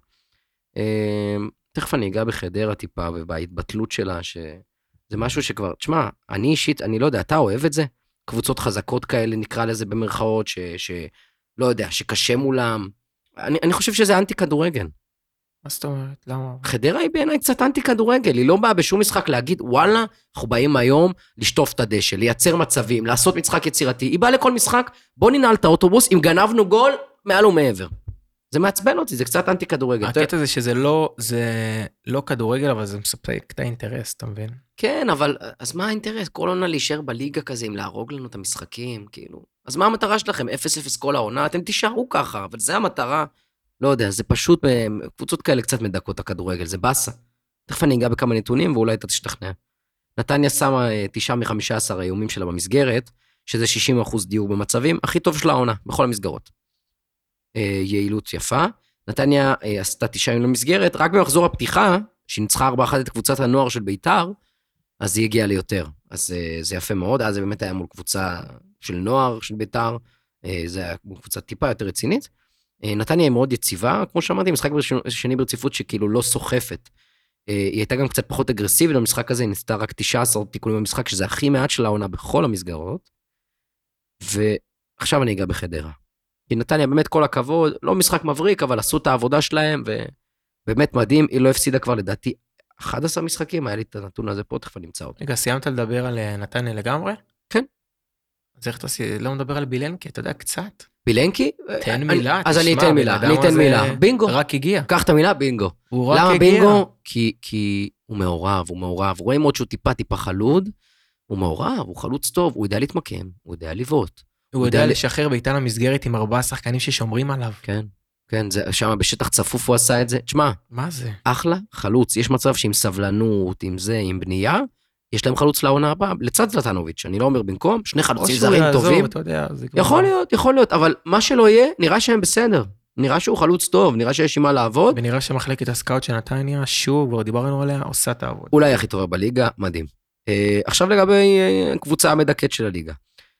תכף אני אגע בחדרה טיפה, ובהתבטלות שלה, שזה משהו שכבר, תשמע, אני אישית, אני לא יודע, אתה אוהב את זה? קבוצות חזקות כאלה, נקרא לזה במרכאות, לא יודע, שקשה מולם. אני חושב שזה אנטי כדורגל. מה זאת אומרת? למה? חדרה היא בעיניי קצת אנטי כדורגל, היא לא באה בשום משחק להגיד, וואלה, אנחנו באים היום לשטוף את הדשא, לייצר מצבים, לעשות משחק יצירתי, היא באה לכל משחק, בוא ננעל את האוטובוס, אם גנבנו גול, מעל ומעבר. זה מעצבן אותי, זה קצת אנטי כדורגל. הקטע זה שזה לא כדורגל, אבל זה מספק את האינטרס, אתה מבין? כן, אבל אז מה האינטרס? כל עונה להישאר בליגה כזה, אם להרוג לנו את המשחקים, כאילו. אז מה המטרה שלכם? 0-0 כל העונה, אתם תישארו ככה, אבל זה המטרה. לא יודע, זה פשוט, קבוצות כאלה קצת מדכאות הכדורגל, זה בסה. תכף אני אגע בכמה נתונים, ואולי אתה תשתכנע. נתניה שמה 9 מ-15 האיומים שלה במסגרת, שזה 60% דיוק במצבים, הכי טוב של העונה, בכל המסגרות. יעילות יפה. נתניה עשתה 9 איומים למסגרת, רק במחזור הפתיחה, שהיא ניצחה 4-1 את קבוצת הנוער של ביתר, אז היא הגיעה ליותר. אז זה יפה מאוד, אז זה באמת היה מול קבוצה של נוער של ביתר, זה היה קבוצה טיפה יותר רצינית. נתניה היא מאוד יציבה, כמו שאמרתי, משחק שני ברציפות שכאילו לא סוחפת. היא הייתה גם קצת פחות אגרסיבית במשחק הזה, היא ניסתה רק 19 תיקונים במשחק, שזה הכי מעט של העונה בכל המסגרות. ועכשיו אני אגע בחדרה. כי נתניה באמת כל הכבוד, לא משחק מבריק, אבל עשו את העבודה שלהם, ובאמת מדהים, היא לא הפסידה כבר לדעתי 11 משחקים, היה לי את הנתון הזה פה, תכף אני אמצא אותו. רגע, סיימת לדבר על נתניה לגמרי? כן. אז איך אתה לא מדבר על בילנקי, אתה יודע, קצת. בילנקי? תן מילה, אז אני אתן מילה, בינגו. רק הגיע. קח את המילה, בינגו. למה בינגו? כי הוא מעורב, רואים עוד שהוא טיפה חלוד, הוא מעורב, הוא חלוץ טוב, הוא יודע להתמקם, הוא יודע לבעוט. הוא יודע לשחרר בעיטה למסגרת עם 4 שחקנים ששומרים עליו. כן, זה שם בשטח צפוף הוא עשה את זה. תשמע, מה זה? אחלה, חלוץ, יש מצב שעם סבלנות, עם זה, עם בנייה, יש להם חלוץ לעונה הבאה, לצד זלטנוביץ', אני לא אומר במקום, 2 חלוצים זרים טובים. יכול להיות, אבל מה שלא יהיה, נראה שהם בסדר. נראה שהוא חלוץ טוב, נראה שיש עם מה לעבוד. ונראה שמחלקת הסקאוט של נתניה, שוב, כבר דיברנו עליה, עושה את העבוד. אולי הכי טובה בליגה, מדהים. עכשיו לגבי קבוצה המדכאת של הליגה.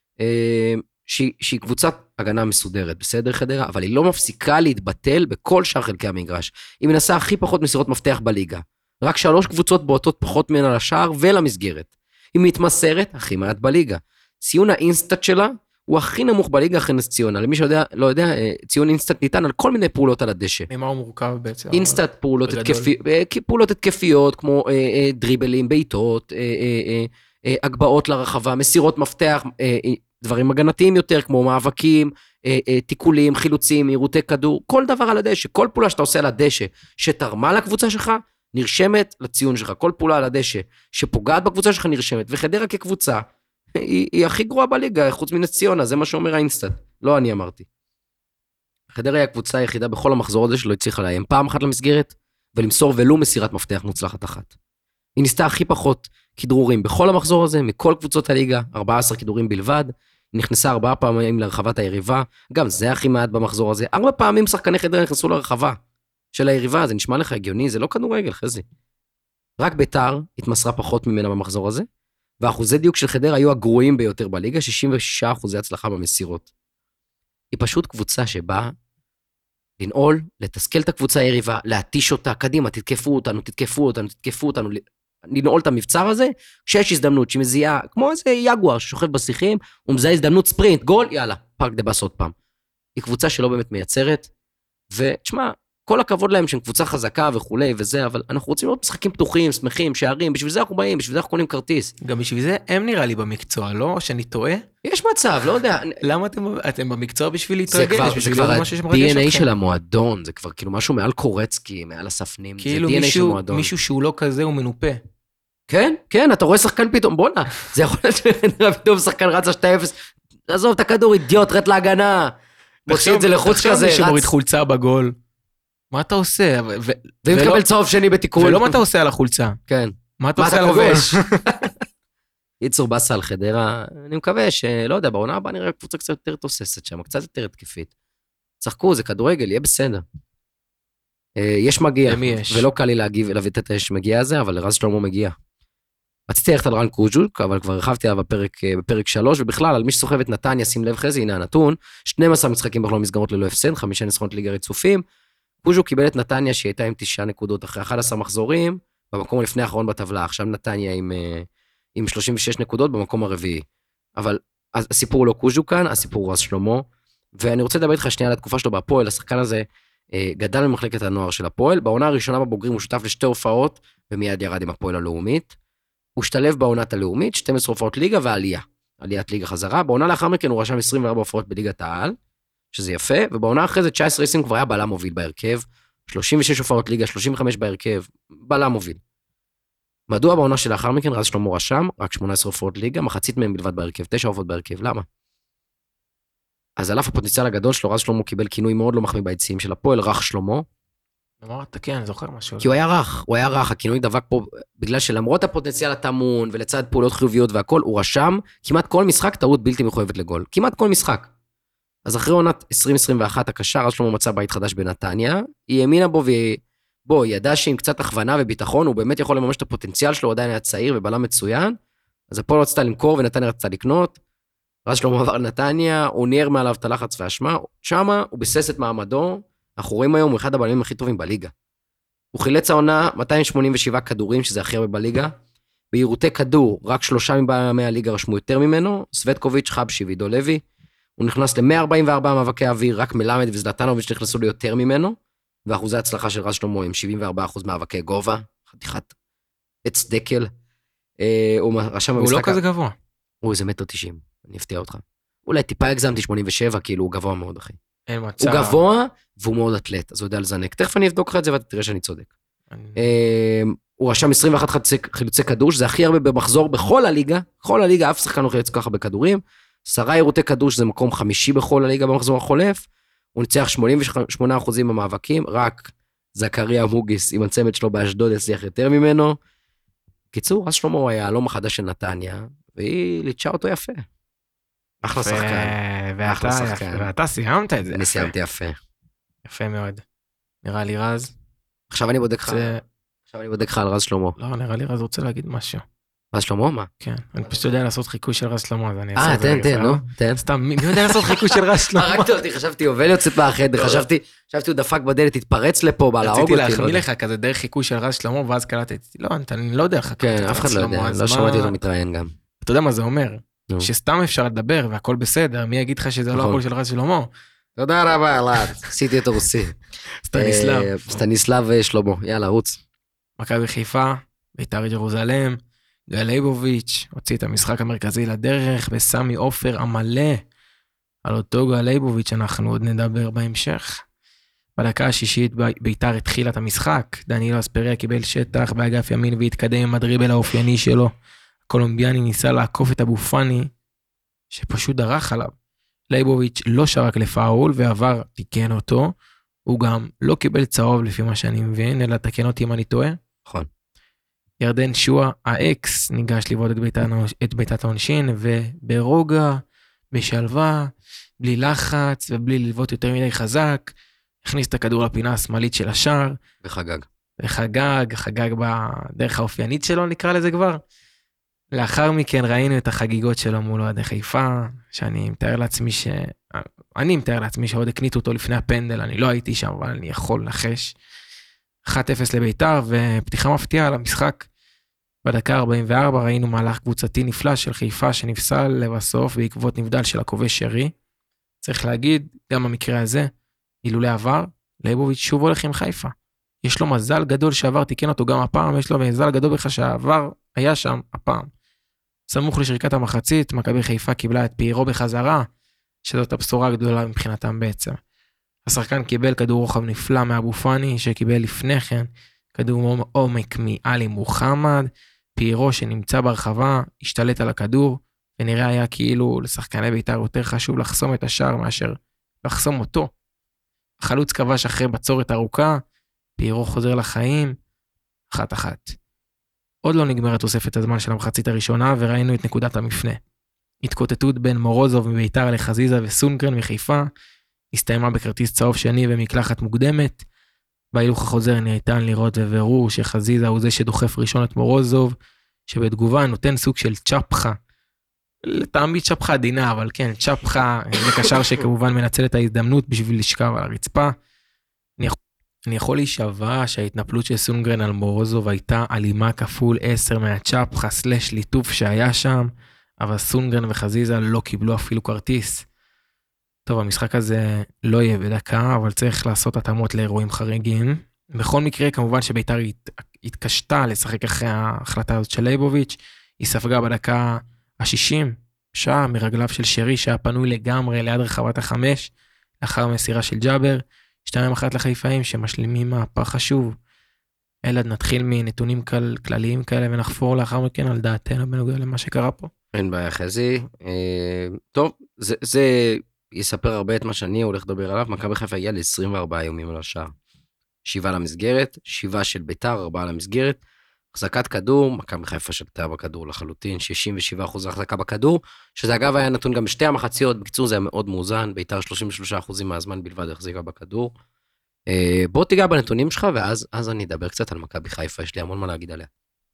שהיא קבוצת הגנה מסודרת, בסדר חדרה, אבל היא לא מפסיקה להתבטל בכל שאר חלקי המגרש. היא מנסה הכי פחות מסירות מפתח בליגה. רק 3 קבוצות בועטות פחות ממנה לשער ולמסגרת. היא מתמסרת הכי מעט בליגה. ציון האינסטאט שלה הוא הכי נמוך בליגה אחרי נס ציונה. למי שלא יודע, ציון אינסטאט ניתן על כל מיני פעולות על הדשא. ממה הוא מורכב בעצם? אינסטאט פעולות התקפיות, כמו דריבלים, בעיטות, הגבהות לרחבה, מסירות מפתח, דברים הגנתיים יותר, כמו מאבקים, תיקולים, חילוצים, מהירותי כדור, כל דבר על הדשא, כל פעולה שאתה עושה על הדשא, שתרמה לקבוצה שלך, נרשמת לציון שלך, כל פעולה על הדשא, שפוגעת בקבוצה שלך נרשמת, וחדרה כקבוצה, היא הכי גרועה בליגה, חוץ מנס ציונה, זה מה שאומר האינסטאט, לא אני אמרתי. חדרה היא הקבוצה היחידה בכל המחזור הזה, שלא הצליחה להם פעם אחת למסגרת, ולמסור ולו מסירת מפתח מוצלחת אחת. היא ניסתה הכי פחות כדרורים בכל המחזור הזה, מכל קבוצות הליגה, 14 כדורים בלבד, היא נכנסה 4 פעמים לרחבת היריבה, גם זה הכי מעט במחזור הזה, 4 פעמים שחקני חדרה נכנסו לרחבה של היריבה, זה נשמע לך הגיוני, זה לא כדורגל, חזי. רק ביתר התמסרה פחות ממנה במחזור הזה, ואחוזי דיוק של חדרה היו הגרועים ביותר בליגה, 66% הצלחה במסירות. היא פשוט קבוצה שבאה לנעול, לתסכל את הקבוצה היריבה, להתיש אותה, קדימה, תתקפו אותנו, לנעול את המבצר הזה, כשיש הזדמנות שמזיעה, כמו איזה יגואר ששוכב בשיחים, הוא מזהה הזדמנות ספרינט, גול, יאללה, פארק דה בס עוד פעם. היא קבוצה שלא באמת מייצרת, ותשמע, כל הכבוד להם שהם קבוצה חזקה וכולי וזה, אבל אנחנו רוצים לראות משחקים פתוחים, שמחים, שערים, בשביל זה אנחנו באים, בשביל זה אנחנו קונים כרטיס. גם בשביל זה הם נראה לי במקצוע, לא? שאני טועה? יש מצב, לא יודע. למה אתם במקצוע בשביל להתרגש? זה כבר ה-DNA של המועדון, זה כבר כאילו משהו מעל קורצקי, מעל הספנים, כאילו מישהו שהוא לא כזה הוא מנופה. כן, כן, אתה רואה שחקן פתאום, בונה, זה יכול להיות פתאום שחקן רץ 2-0, עזוב את הכדור, אידיוט, רד להגנה, מוציא את זה לחוץ כזה, רץ. שמוריד חולצה בגול. מה אתה עושה? ואם תקבל צהוב שני בתיקון. ולא מה אתה עושה על החולצה. כן. מה אתה עושה על הגול? ייצור בסה על חדרה, אני מקווה שלא יודע, בעונה הבאה נראה קבוצה קצת יותר תוססת שם, קצת יותר התקפית. צחקו, זה כדורגל, יהיה בסדר. יש מגיע, ולא קל לי להביא את היש מגיע הזה, אבל רז שלמה מגיע. רציתי ללכת על רן קוז'וק, אבל כבר הרחבתי עליו בפרק 3, ובכלל, על מי שסוחב את נתניה, שים לב חזי, הנה הנתון, 12 משחקים בחלום מסגרות ללא הפסד, 5 ניצחונות ליגה רצופים, קוז'וק קיבל את נתניה שהיא הייתה עם 9 נקודות אחרי 11 מחזורים, במקום לפני האחרון בטבלה, עכשיו נתניה עם 36 נקודות במקום הרביעי. אבל הסיפור לא קוז'וק כאן, הסיפור הוא רז שלמה, ואני רוצה לדבר איתך שנייה על התקופה שלו בהפועל, השחקן הזה גדל ממחלקת הנוער של הפועל, בעונה הראשונה בבוגרים הוא שותף לשתי הופעות, ומיד ירד עם הפועל הלאומית, הוא השתלב בעונת הלאומית, 12 הופעות ליגה ועלייה, עליית ליגה חזרה, בעונה לאחר מכן הוא רשם 24 הופעות בליגת העל, שזה יפה, ובעונה אחרי זה 19 20 כבר היה בלם מוביל בהרכב, 36 הופעות ליגה, 35 בהרכב, בלם מוביל. מדוע בעונה שלאחר מכן רז שלמה רשם, רק 18 הופעות ליגה, מחצית מהם בלבד בהרכב, 9 הופעות בהרכב, למה? אז על אף הפוטנציאל הגדול שלו, רז שלמה קיבל כינוי מאוד לא מחמיא ביציעים של הפועל, רך שלמה. אמרת, כן, אני זוכר משהו. כי הוא היה רך, הכינוי דבק פה, בגלל שלמרות הפוטנציאל הטמון, ולצד פעולות חיוביות והכל, הוא רשם כמעט כל משחק טעות בלתי מחויבת לגול. כמעט כל משחק. אז אחרי עונת 2021 הקשה, רז שלמה מצא בית חדש בנתניה, היא האמינה בו, ידע שעם קצת הכוונה וביטחון, הוא באמת יכול לממש את הפוטנציאל שלו, הוא עדיין היה צעיר ובלם מצוין, אז הפועל רצתה למכור ונתניה רצתה לקנות, רז שלמה עבר לנתניה, הוא ניער מעליו את הלחץ והאשמה, שמה הוא ביסס את מעמדו, אנחנו רואים היום, הוא אחד הבלמים הכי טובים בליגה. הוא חילץ העונה 287 כדורים, שזה הכי הרבה בליגה, בהירותי כדור, רק 3 מהליגה רשמו יותר ממנו, סווטקוביץ', חבשי ועידו לוי, הוא נכנס ל-144 מאבקי אוויר, רק מלמד וזלטנוביץ' נכנסו לי יותר ממנו, ואחוזי הצלחה של רז שלמה עם 74% מאבקי גובה, חתיכת עץ דקל. הוא לא כזה גבוה. הוא איזה 1.90 מטר, אני אפתיע אותך. אולי טיפה הגזמתי 87, כאילו הוא גבוה מאוד, אחי. אין מצב. הוא גבוה, והוא מאוד אטלט, אז הוא יודע לזנק. תכף אני אבדוק לך את זה, ואתה תראה שאני צודק. הוא רשם 21 חילוצי כדור, שזה הכי הרבה במחזור בכל הליגה, כל הליגה, אף שחקן לא חילץ ככה בכדורים, 10 הירותי כדור, שזה מקום 5 בכל הליגה במחזור החולף, הוא ניצח 88% במאבקים, רק זכריה מוגיס עם הצמד שלו באשדוד יצליח יותר ממנו. קיצור, רז שלמה הוא היה הלום החדש של נתניה, והיא ליטשה אותו יפה. אחלה שחקן. ואתה סיימת את זה. אני סיימתי יפה. יפה מאוד. נראה לי רז. עכשיו אני בודק לך על רז שלמה. לא, נראה לי רז רוצה להגיד משהו. רז שלמה, מה? כן, אני פשוט יודע לעשות חיקוי של רז שלמה, אז אני אעשה את זה. תן, נו, תן. סתם, מי יודע לעשות חיקוי של רז שלמה? הרגת אותי, חשבתי, יובל יוצאת מהחדר, חשבתי, הוא דפק בדלת, התפרץ לפה, בא להרוג אותי. רציתי להחמיא לך כזה דרך חיקוי של רז שלמה, ואז קלטתי, לא, אני לא יודע איך. כן, אף אחד לא יודע, לא שמעתי אותו מתראיין גם. אתה יודע מה זה אומר? שסתם אפשר לדבר והכל בסדר, מי יגיד לך שזה לא הכל של רז שלמה? תודה רבה, אלעד. עשיתי אותו רוסי. סטניסלב שלמה, יאללה, רוץ. מכבי חיפה, בית"ר ירושלים, גל לייבוביץ' הוציא את המשחק המרכזי לדרך, בסמי עופר המלא, על אותו גל לייבוביץ' אנחנו עוד נדבר בהמשך. בדקה השישית בית"ר התחילה את המשחק, דנילו אספריה קיבל שטח באגף ימין והתקדם עם הדריבל האופייני שלו, הקולומביאני ניסה לעקוף את אבו פאני, שפשוט דרך עליו. לייבוביץ' לא שרק לפאול ועבר, תיקן אותו, הוא גם לא קיבל צהוב לפי מה שאני מבין, אלא תקן אותי אם אני טועה. נכון. ירדן שואה, האקס, ניגש לבעוט את ביתת העונשין, וברוגע, בשלווה, בלי לחץ, ובלי ללוות יותר מדי חזק, הכניס את הכדור לפינה השמאלית של השער. חגג בדרך האופיינית שלו, נקרא לזה כבר. לאחר מכן ראינו את החגיגות שלו מול אוהדי חיפה, שאני מתאר לעצמי שעוד הקניתו אותו לפני הפנדל, אני לא הייתי שם, אבל אני יכול לנחש. 1-0 לביתר, ופתיחה מפתיעה על המשחק. בדקה 44 ראינו מהלך קבוצתי נפלא של חיפה שנפסל לבסוף בעקבות נבדל של הכובש שרי. צריך להגיד, גם במקרה הזה, אילולא עבר, לייבוביץ' שוב הולך עם חיפה. יש לו מזל גדול שעבר תיקן אותו גם הפעם, יש לו מזל גדול בכלל שהעבר היה שם הפעם. סמוך לשריקת המחצית, מכבי חיפה קיבלה את פיירו בחזרה, שזאת הבשורה הגדולה מבחינתם בעצם. השחקן קיבל כדור רוחב נפלא מאבו פאני, שקיבל לפני כן כדור עומק מאלי מוחמד, פיירו שנמצא ברחבה, השתלט על הכדור, ונראה היה כאילו לשחקני בית"ר יותר חשוב לחסום את השער מאשר לחסום אותו. החלוץ כבש אחרי בצורת ארוכה, פיירו חוזר לחיים, 1-1. עוד לא נגמרת תוספת הזמן של המחצית הראשונה, וראינו את נקודת המפנה. התקוטטות בין מורוזוב מבית"ר לחזיזה וסונגרן מחיפה, הסתיימה בכרטיס צהוב שני ומקלחת מוקדמת. בהילוך החוזר ניתן לראות וברור שחזיזה הוא זה שדוחף ראשון את מורוזוב, שבתגובה נותן סוג של צ'פחה. לטעמי צ'פחה עדינה, אבל כן, צ'פחה, זה קשר שכמובן מנצל את ההזדמנות בשביל לשכב על הרצפה. אני יכול להישבע שההתנפלות של סונגרן על מורוזוב הייתה אלימה כפול 10 מהצ'פחה סלש ליטוף שהיה שם, אבל סונגרן וחזיזה לא קיבלו אפילו כרטיס. טוב, המשחק הזה לא יהיה בדקה, אבל צריך לעשות התאמות לאירועים חריגים. בכל מקרה, כמובן שבית"ר התקשתה לשחק אחרי ההחלטה הזאת של לייבוביץ', היא ספגה בדקה ה-60, שעה מרגליו של שרי, שהיה פנוי לגמרי ליד רחבת החמש, לאחר מסירה של ג'אבר, 2-1 לחיפאים שמשלימים מהפך חשוב. אלעד, נתחיל מנתונים כלליים כאלה ונחפור לאחר מכן על דעתנו בנוגע למה שקרה פה. אין בעיה חזי. טוב, זה יספר הרבה את מה שאני הולך לדבר עליו. מכבי חיפה הגיעה ל-24 יומים על השער. 7 למסגרת, 7 של בית"ר, 4 למסגרת. החזקת כדור, מכבי חיפה שלטה בכדור לחלוטין, 67% החזקה בכדור, שזה אגב היה נתון גם בשתי המחציות, בקיצור זה היה מאוד מאוזן, בית"ר 33% מהזמן בלבד החזיקה בכדור. בוא תיגע בנתונים שלך, ואז אני אדבר קצת על מכבי חיפה, יש לי המון מה להגיד עליה.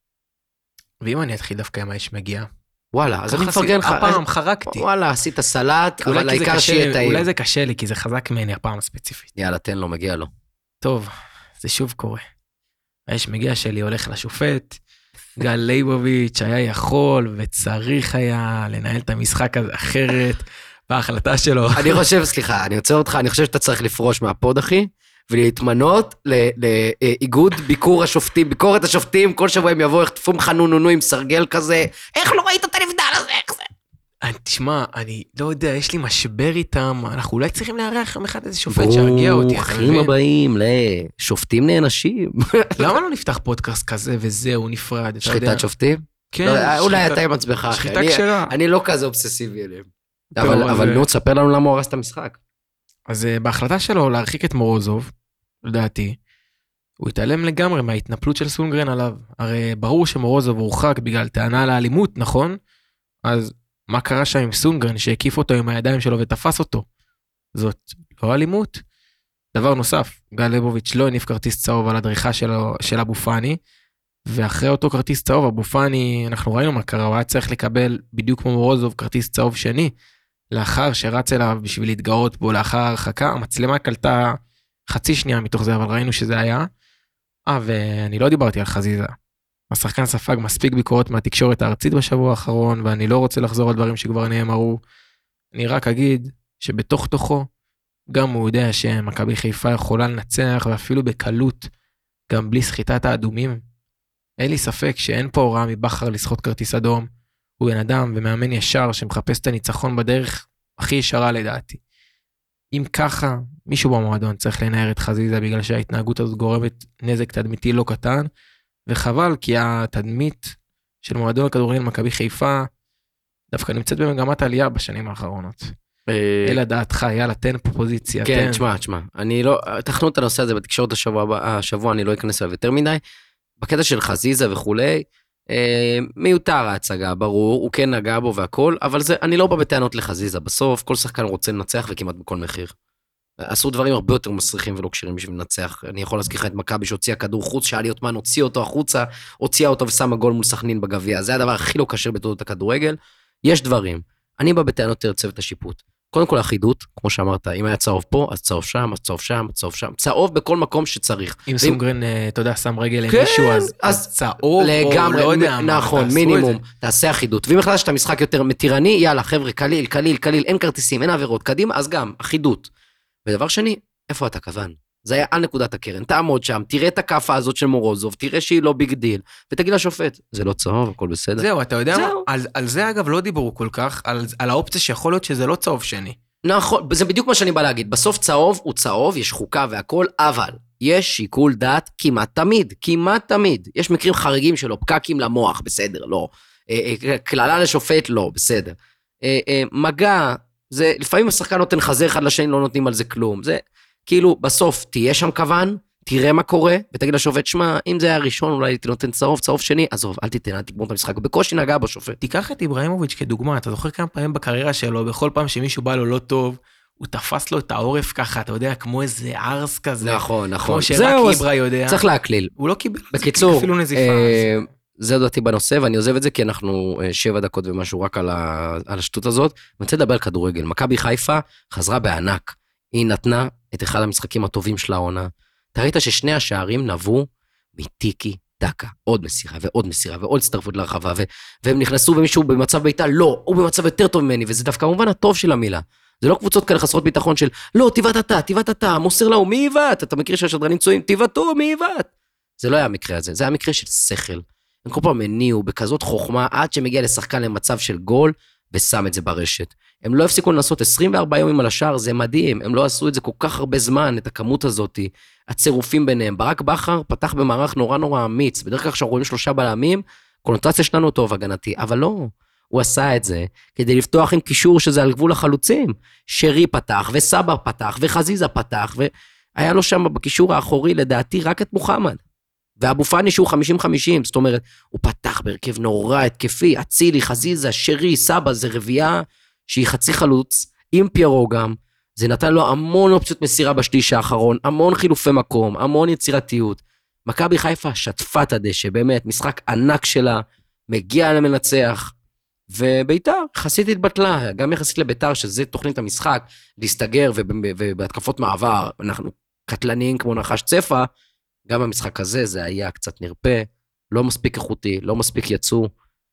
ואם אני אתחיל דווקא עם האש מגיע? וואלה, אז אני מפרגן לך. הפעם חרקתי. וואלה, עשית סלט, אבל העיקר שיהיה טעים. אולי זה קשה לי, כי זה חזק ממני הפעם הספציפית. יאללה, תן לו, מגיע לו. טוב, זה שוב קורה. האש מגיע שלי הולך לשופט, גל לייבוביץ' היה יכול וצריך היה לנהל את המשחק הזה אחרת, בהחלטה שלו. אני חושב, סליחה, אני עוצר אותך, אני חושב שאתה צריך לפרוש מהפוד, אחי, ולהתמנות לאיגוד ביקור השופטים, ביקורת השופטים, כל שבוע הם יבואו, יחטפו ממך נונו עם סרגל כזה, איך לא ראית את הנבדל הזה, איך זה? תשמע, אני לא יודע, יש לי משבר איתם, אנחנו אולי צריכים לארח יום אחד איזה שופט שהרגיע אותי. ברוכים הבאים לשופטים נאנשים. למה לא נפתח פודקאסט כזה וזהו, נפרד? שחיטת שופטים? כן. אולי אתה עם עצמך. שחיטה כשרה. אני לא כזה אובססיבי אליהם. אבל נו, תספר לנו למה הוא הרס את המשחק. אז בהחלטה שלו להרחיק את מורוזוב, לדעתי, הוא התעלם לגמרי מההתנפלות של סונגרן עליו. הרי ברור שמורוזוב הורחק בגלל טענה על האלימות, נכון? אז מה קרה שם עם סונגרן שהקיף אותו עם הידיים שלו ותפס אותו? זאת לא אלימות. דבר נוסף, גל לייבוביץ' לא הניף כרטיס צהוב על הדריכה של אבו פאני, ואחרי אותו כרטיס צהוב, אבו פאני, אנחנו ראינו מה קרה, הוא היה צריך לקבל בדיוק כמו מורוזוב כרטיס צהוב שני, לאחר שרץ אליו בשביל להתגאות בו לאחר הרחקה, המצלמה קלטה חצי שנייה מתוך זה, אבל ראינו שזה היה. ואני לא דיברתי על חזיזה. השחקן ספג מספיק ביקורות מהתקשורת הארצית בשבוע האחרון, ואני לא רוצה לחזור על דברים שכבר נאמרו. אני רק אגיד שבתוך תוכו, גם הוא יודע שמכבי חיפה יכולה לנצח, ואפילו בקלות, גם בלי סחיטת האדומים. אין לי ספק שאין פה הוראה מבחר לסחוט כרטיס אדום. הוא בן אדם ומאמן ישר שמחפש את הניצחון בדרך הכי ישרה לדעתי. אם ככה, מישהו במועדון צריך לנער את חזיזה, בגלל שההתנהגות הזאת גורמת נזק תדמיתי לא קטן, וחבל כי התדמית של מועדון הכדורגל מכבי חיפה, דווקא נמצאת במגמת עלייה בשנים האחרונות. אלא דעתך, יאללה, תן פה פוזיציה. כן, תשמע, אני לא, תכנו את הנושא הזה בתקשורת השבוע, אני לא אכנס אליו יותר מדי, בקטע של חזיזה וכולי, מיותר ההצגה, ברור, הוא כן נגע בו והכל, אבל זה, אני לא בא בטענות לחזיזה, בסוף כל שחקן רוצה לנצח וכמעט בכל מחיר. עשו דברים הרבה יותר מסריחים ולא קשירים בשביל לנצח. אני יכול להזכיר לך את מכבי שהוציאה כדור חוץ, שאלי אותמן הוציא אותו החוצה, הוציאה אותו ושמה גול מול סכנין בגביע. זה הדבר הכי לא קשר בתולדות הכדורגל. יש דברים. אני בא בטענות יותר צוות השיפוט. קודם כל אחידות, כמו שאמרת, אם היה צהוב פה, אז צהוב שם, אז צהוב שם, צהוב שם, צהוב בכל מקום שצריך. אם סונגרן, אתה יודע, שם רגל למישהו, אז צהוב, או לא יודע מה, נכון, מינימום, תעשה אחידות. ואם החלטת שאתה משחק יותר מתירני, יאללה, חבר'ה, קליל, קליל, קליל, אין כרטיסים, אין עבירות, קדימה, אז גם, אחידות. ודבר שני, איפה אתה כוון? זה היה על נקודת הקרן, תעמוד שם, תראה את הכאפה הזאת של מורוזוב, תראה שהיא לא ביג דיל, ותגיד לשופט, זה לא צהוב, הכל בסדר. זהו, אתה יודע מה? על זה אגב לא דיברו כל כך, על האופציה שיכול להיות שזה לא צהוב שני. נכון, זה בדיוק מה שאני בא להגיד, בסוף צהוב הוא צהוב, יש חוקה והכל, אבל יש שיקול דעת כמעט תמיד, יש מקרים חריגים שלו, פקקים למוח, בסדר, לא, כללה לשופט, לא, בסדר. מגע, זה, לפעמים השחקן נותן חזה אחד לשני, לא נותנים על זה כלום, זה כאילו, בסוף תהיה שם כוון, תראה מה קורה, ותגיד לשופט, שמה, אם זה היה ראשון, אולי הייתי נותן צהוב שני, עזוב, אל תגמור את המשחק, בקושי נגע בשופט. תיקח את איברהימוביץ' כדוגמה, אתה זוכר כמה פעמים בקריירה שלו, בכל פעם שמישהו בא לו לא טוב, הוא תפס לו את העורף ככה, אתה יודע, כמו איזה ארס כזה. נכון. כמו שרק איברה יודע. צריך להקליל. הוא לא קיבל בקיצור, אפילו נזיפה. זה דעתי בנושא, ואני עוזב את זה, כי אנחנו 7 דקות ומשהו רק על השטות הזאת. אני רוצה לדבר על כדורגל. מכבי חיפה חזרה בענק. היא נתנה את אחד המשחקים הטובים של העונה. אתה ראית ששני השערים נבעו מטיקי טקה, עוד מסירה ועוד מסירה ועוד הצטרפות לרחבה, והם נכנסו ומישהו במצב ביתה, לא, הוא במצב יותר טוב ממני, וזה דווקא כמובן הטוב של המילה. זה לא קבוצות כאלה חסרות ביטחון של, לא, תיבת אתה, מוסר לה, מי עיוות? אתה מכיר שהשדרנים צועים, תיבתו, מי עיוות? זה לא היה המקרה הזה, זה היה מקרה של שכל. הם כל פעם הניעו בכזאת חוכמה, עד שמגיע לשחקן למצב של גול, ושם את זה ברשת. הם לא הפסיקו לנסות 24 ימים על השער, זה מדהים, הם לא עשו את זה כל כך הרבה זמן, את הכמות הזאת, הצירופים ביניהם. ברק בכר פתח במערך נורא אמיץ, בדרך כלל כשאנחנו רואים 3 בלמים, קונוטציה שלנו טוב הגנתי, אבל לא, הוא עשה את זה, כדי לפתוח עם קישור שזה על גבול החלוצים. שרי פתח, וסבא פתח, וחזיזה פתח, והיה לו שם בקישור האחורי, לדעתי, רק את מוחמד. ואבו פאני שהוא 50-50, זאת אומרת, הוא פתח בהרכב נורא התקפי, אצילי, חזיזה, שרי, סבא, זה רביעה שהיא חצי חלוץ, עם פיירו גם, זה נתן לו המון אופציות מסירה בשליש האחרון, המון חילופי מקום, המון יצירתיות. מכבי חיפה שטפה את הדשא, באמת, משחק ענק שלה, מגיע למנצח, וביתר יחסית התבטלה, גם יחסית לביתר, שזה תוכנית המשחק, להסתגר, ובהתקפות מעבר, אנחנו קטלניים כמו נחש צפה, גם במשחק הזה זה היה קצת נרפה, לא מספיק איכותי, לא מספיק יצוא,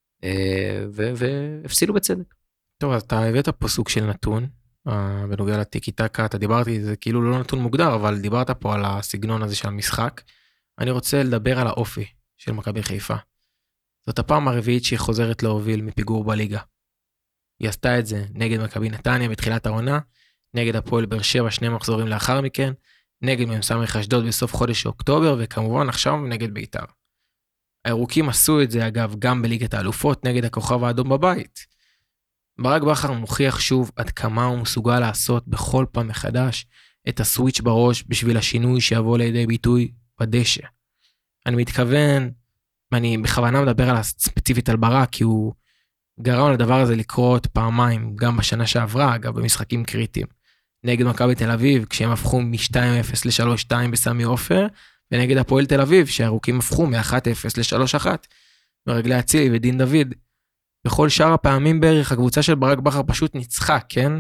והפסילו בצדק. טוב, אתה הבאת פה סוג של נתון, בנוגע לטיקי טקה, אתה דיברתי, זה כאילו לא נתון מוגדר, אבל דיברת פה על הסגנון הזה של המשחק. אני רוצה לדבר על האופי של מכבי חיפה. זאת הפעם הרביעית שהיא חוזרת להוביל מפיגור בליגה. היא עשתה את זה נגד מכבי נתניה בתחילת העונה, נגד הפועל באר שבע 2 מחזורים לאחר מכן, נגד מ"ס אשדוד בסוף חודש אוקטובר, וכמובן עכשיו נגד ביתר. הירוקים עשו את זה אגב גם בליגת האלופות נגד הכוכב האדום בבית. ברק בכר מוכיח שוב עד כמה הוא מסוגל לעשות בכל פעם מחדש את הסוויץ' בראש בשביל השינוי שיבוא לידי ביטוי בדשא. אני מתכוון, אני בכוונה מדבר על ספציפית על ברק, כי הוא גרם לדבר הזה לקרות פעמיים, גם בשנה שעברה, אגב במשחקים קריטיים. נגד מכבי תל אביב, כשהם הפכו מ-2-0 ל-3-2 בסמי עופר, ונגד הפועל תל אביב, שהירוקים הפכו מ-1-0 ל-3-1, ברגלי אצילי ודין דוד. בכל שאר הפעמים בערך, הקבוצה של ברק בכר פשוט ניצחה, כן?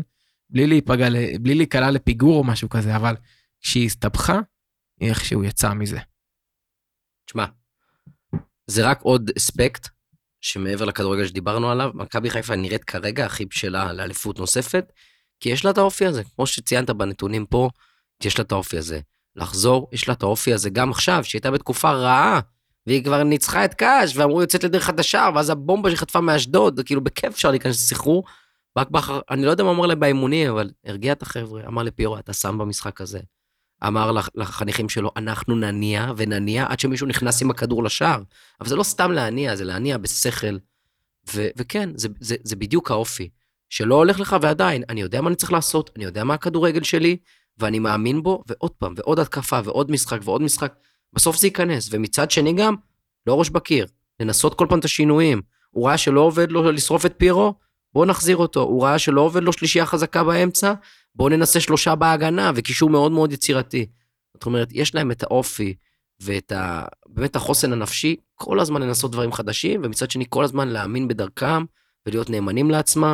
בלי להיקלע לפיגור או משהו כזה, אבל כשהיא הסתבכה, איכשהו יצא מזה. תשמע, זה רק עוד אספקט, שמעבר לכדורגל שדיברנו עליו, מכבי חיפה נראית כרגע הכי בשלה לאליפות נוספת, כי יש לה את האופי הזה, כמו שציינת בנתונים פה, יש לה את האופי הזה. לחזור, יש לה את האופי הזה גם עכשיו, שהייתה בתקופה רעה, והיא כבר ניצחה את קאש, ואמרו יוצאת לדרך חדשה, ואז הבומבה שחטפה מאשדוד, כאילו בכיף אפשר להיכנס לסחרור, רק בחר, אני לא יודע מה אמר להם באימונים, אבל הרגיע את החבר'ה, אמר לפיירו, אתה שם במשחק הזה, אמר לחניכים שלו, אנחנו נניע ונניע, עד שמישהו נכנס עם הכדור לשער, אבל זה לא סתם להניע, זה להניע בשכל, וכן, זה בדיוק האופי, שלא הולך לך ועדיין, אני יודע מה אני צריך לעשות, אני יודע מה הכדורגל שלי, ואני מאמין בו, ועוד פעם, ועוד התקפה, ועוד משחק, ועוד משחק, בסוף זה ייכנס, ומצד שני גם, לא ראש בקיר, לנסות כל פעם את השינויים, הוא ראה שלא עובד לו לשרוף את פיירו, בואו נחזיר אותו, הוא ראה שלא עובד לו שלישייה חזקה באמצע, בואו ננסה 3 בהגנה, וקישור מאוד מאוד יצירתי. זאת אומרת, יש להם את האופי, ואת באמת החוסן הנפשי, כל הזמן לנסות דברים חדשים, ומצד שני כל הזמן להאמין בדרכם, ולהיות נאמנים לעצמם,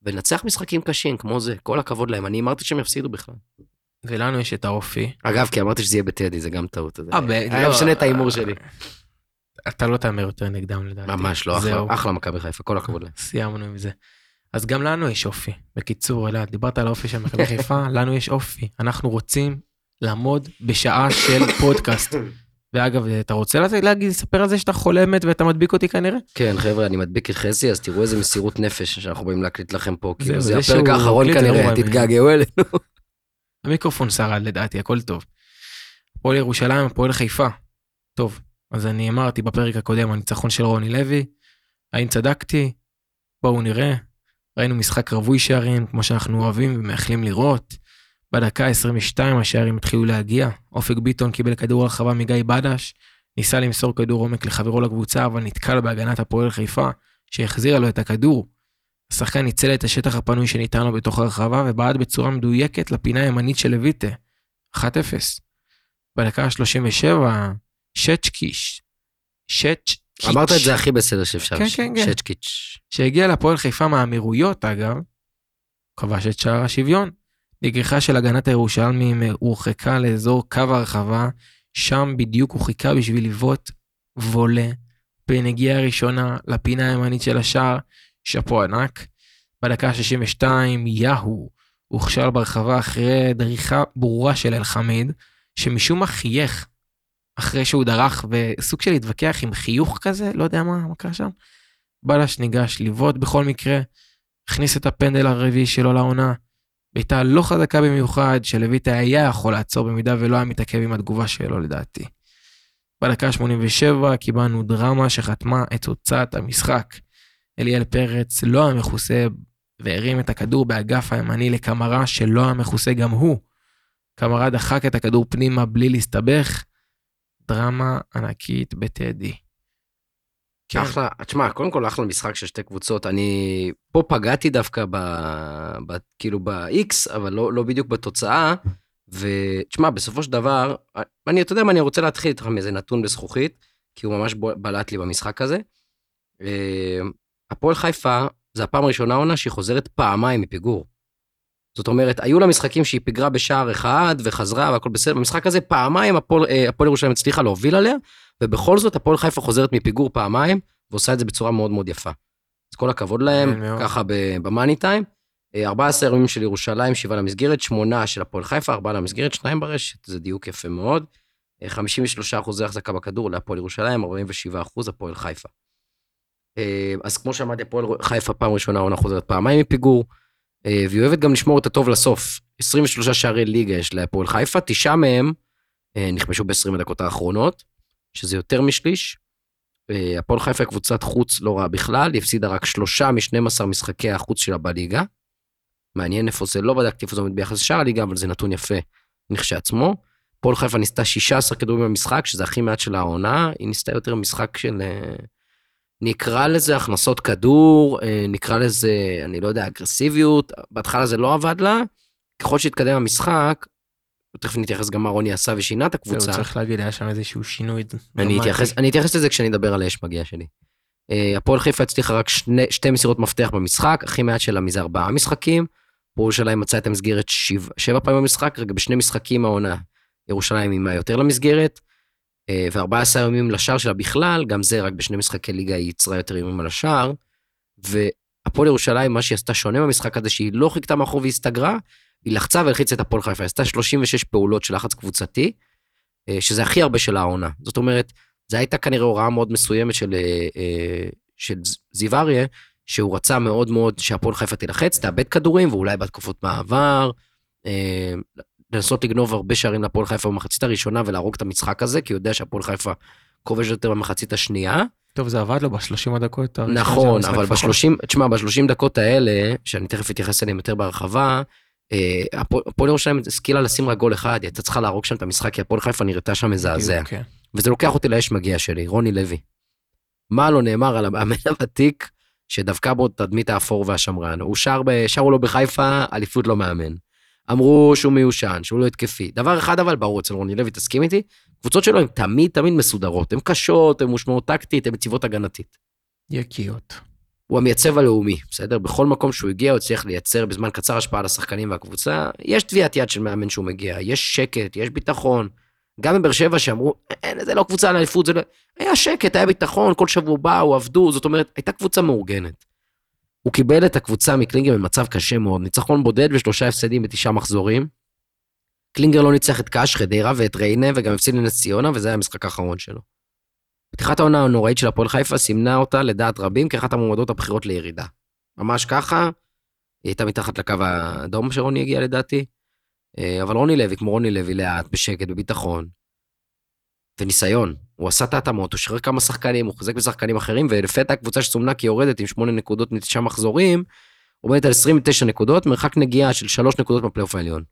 ונצח משחקים קשים, כמו זה, כל הכבוד להם, אני אמרתי שהם יפסידו בכלל. ולנו יש את האופי. אגב, כי אמרתי שזה יהיה בטדי, זה גם טעות. היה לא. משנה את האימור שלי. אתה לא תאמר יותר נגדם לדעתי. ממש לא, זהו. אחלה מכבי חיפה, כל הכבוד להם. סיימנו עם זה. אז גם לנו יש אופי. בקיצור, אלעד, דיברת על האופי של מכבי חיפה, לנו יש אופי. אנחנו רוצים לעמוד בשעה של פודקאסט. ואגב, אתה רוצה לספר על זה שאתה חולמת ואתה מדביק אותי כנראה? כן, חבר'ה, אני מדביק את חסי, אז תראו איזה מסירות נפש שאנחנו באים להקליט לכם פה, כי זהו, זה זה הפרק שהוא האחרון מקליט כנראה, אירוע, תתגעגעו אלינו. המיקרופון שרד לדעתי, הכל טוב. הפועל ירושלים, הפועל חיפה. טוב, אז אני אמרתי בפרק הקודם, הניצחון של רוני לוי, האם צדקתי? בואו נראה. ראינו משחק רווי שערים, כמו שאנחנו אוהבים ומאחלים לראות. בדקה 22 השערים התחילו להגיע. אופק ביטון קיבל כדור הרחבה מגיא בדש, ניסה למסור כדור עומק לחברו לקבוצה, אבל נתקל בהגנת הפועל חיפה, שהחזירה לו את הכדור. השחקן ניצל את השטח הפנוי שניתן לו בתוך הרחבה, ובעד בצורה מדויקת לפינה הימנית של לויטה. 1-0. בדקה 37, שצ'קיץ'. אמרת את זה הכי בסדר שאפשר. כן, כן, כן. שצ'קיץ'. שהגיע לפועל חיפה מהאמירויות, אגב, כבש את שער השוויון. נגריחה של הגנת הירושלמים הורחקה לאזור קו הרחבה, שם בדיוק הוא חיכה בשביל לבעוט וולה, בנגיעה הראשונה לפינה הימנית של השער, שפו ענק. בדקה 62, יהו הוכשל ברחבה אחרי דריכה ברורה של אל-חמיד, שמשום מה חייך, אחרי שהוא דרך וסוג של התווכח עם חיוך כזה, לא יודע מה קרה שם. בלש ניגש לבעוט בכל מקרה, הכניס את הפנדל הרביעי שלו לעונה, בעיטה לא חזקה במיוחד, שלויטה היה יכול לעצור במידה ולא היה מתעכב עם התגובה שלו לדעתי. בדקה 87 קיבלנו דרמה שחתמה את תוצאת המשחק. אליאל פרץ לא היה מכוסה והרים את הכדור באגף הימני לקמרה שלא היה מכוסה גם הוא. קמרה דחק את הכדור פנימה בלי להסתבך. דרמה ענקית בטדי. כן. אחלה, תשמע, קודם כל אחלה משחק של שתי קבוצות, אני פה פגעתי דווקא כאילו ב-X, אבל לא בדיוק בתוצאה, ותשמע, בסופו של דבר, אתה יודע מה, אני רוצה להתחיל איתך מאיזה נתון בזכוכית, כי הוא ממש בלט לי במשחק הזה. הפועל חיפה, זה הפעם הראשונה עונה שהיא חוזרת פעמיים מפיגור. זאת אומרת, היו לה משחקים שהיא פיגרה בשער אחד וחזרה והכל בסדר, במשחק הזה פעמיים הפועל ירושלים הצליחה להוביל עליה, ובכל זאת הפועל חיפה חוזרת מפיגור פעמיים, ועושה את זה בצורה מאוד מאוד יפה. אז כל הכבוד להם, ככה במאני טיים, 14 אירועים של ירושלים, 7 למסגרת, 8 של הפועל חיפה, 4 למסגרת, 2 ברשת, זה דיוק יפה מאוד, 53% החזקה בכדור להפועל ירושלים, 47% הפועל חיפה. אז כמו שאמרתי, הפועל חיפה פעם ראשונה עונה חוזרת פעמיים מפיגור, והיא אוהבת גם לשמור את הטוב לסוף. 23 שערי ליגה יש להפועל חיפה, 9 מהם נכבשו ב-20 הדקות האחרונות, שזה יותר משליש. הפועל חיפה קבוצת חוץ לא רעה בכלל, היא הפסידה רק 3 מ-12 משחקי החוץ שלה בליגה. מעניין איפה זה, לא בדקתי איפה זה עומד ביחס לשאר הליגה, אבל זה נתון יפה נכשעצמו. הפועל חיפה ניסתה 16 כדורים במשחק, שזה הכי מעט של העונה, היא ניסתה יותר משחק של... נקרא לזה הכנסות כדור, נקרא לזה, אני לא יודע, אגרסיביות, בהתחלה זה לא עבד לה, ככל שהתקדם המשחק, תכף נתייחס גם מה רוני עשה ושינה את הקבוצה. זהו, צריך להגיד, היה שם איזשהו שינוי. אני אתייחס לזה כשאני אדבר על האש מגיע שלי. הפועל חיפה הצליחה רק 2 מסירות מפתח במשחק, הכי מעט שלה מזה 4 משחקים, פה ירושלים מצא את המסגרת 7 פעמים במשחק, רגע בשני משחקים העונה, ירושלים היא יותר למסגרת, ו14 ימים לשער שלה בכלל, גם זה רק בשני משחקי ליגה היא יצרה יותר ימים על השער, והפועל ירושלים, מה שהיא עשתה שונה במשחק הזה, שהיא לא חיכתה מאחור והסתגרה, היא לחצה והלחיצה את הפועל חיפה, היא עשתה 36 פעולות של לחץ קבוצתי, שזה הכי הרבה של העונה. זאת אומרת, זו הייתה כנראה הוראה מאוד מסוימת של זיו אריה, שהוא רצה מאוד מאוד שהפועל חיפה תלחץ, תאבד כדורים, ואולי בהתקפות מעבר, לנסות לגנוב הרבה שערים לפועל חיפה במחצית הראשונה, ולהרוג את המשחק הזה, כי הוא יודע שהפועל חיפה כובש יותר במחצית השנייה. טוב, זה עבד לו ב-30 הדקות. נכון, אבל ב-30 דקות האלה, שאני תכף אתייחס אליהם יותר בהרחבה, הפועל ירושלים השכילה לשים רק גול אחד, היא הייתה צריכה להרוג שם את המשחק, כי הפועל חיפה נראתה שם מזעזע. וזה לוקח אותי לאש מגיע שלי, רוני לוי. מה לא נאמר על המאמן הוותיק, שדווקא בו תדמית האפור והשמרן. הוא שרו לו בחיפה, אליפות לא מאמן. אמרו שהוא מיושן, שהוא לא התקפי. דבר אחד אבל ברור אצל רוני לוי, תסכים איתי, קבוצות שלו הן תמיד מסודרות, הן קשות, הן מושמעות טקטית, הן מציבות הגנתית. יקיות. הוא המייצב הלאומי, בסדר? בכל מקום שהוא הגיע, הוא צריך לייצר בזמן קצר השפעה על השחקנים והקבוצה. יש טביעת יד של מאמן שהוא מגיע, יש שקט, יש ביטחון. גם בבאר שבע שאמרו, זה לא קבוצה על האליפות, זה לא... היה שקט, היה ביטחון, כל שבוע באו, עבדו, זאת אומרת, הייתה קבוצה מאורגנת. הוא קיבל את הקבוצה מקלינגר במצב קשה מאוד, ניצחון בודד ו3 הפסדים ב9 מחזורים. קלינגר לא ניצח את קאש, חדרה ואת ריינה, וגם הפסיד לנס ציונה, וזה היה המשחק האחרון שלו. פתיחת העונה הנוראית של הפועל חיפה סימנה אותה לדעת רבים כאחת המועמדות הבחירות לירידה. ממש ככה, היא הייתה מתחת לקו האדום שרוני הגיע לדעתי, אבל רוני לוי, כמו רוני לוי, לאט, בשקט, בביטחון, וניסיון. הוא עשה את ההתאמות, הוא שחרר כמה שחקנים, הוא חזק בשחקנים אחרים, ולפתע הקבוצה שסומנה כי יורדת עם 8 נקודות מ9 מחזורים, עומדת על 29 נקודות, מרחק נגיעה של 3 נקודות מהפלייאוף העליון.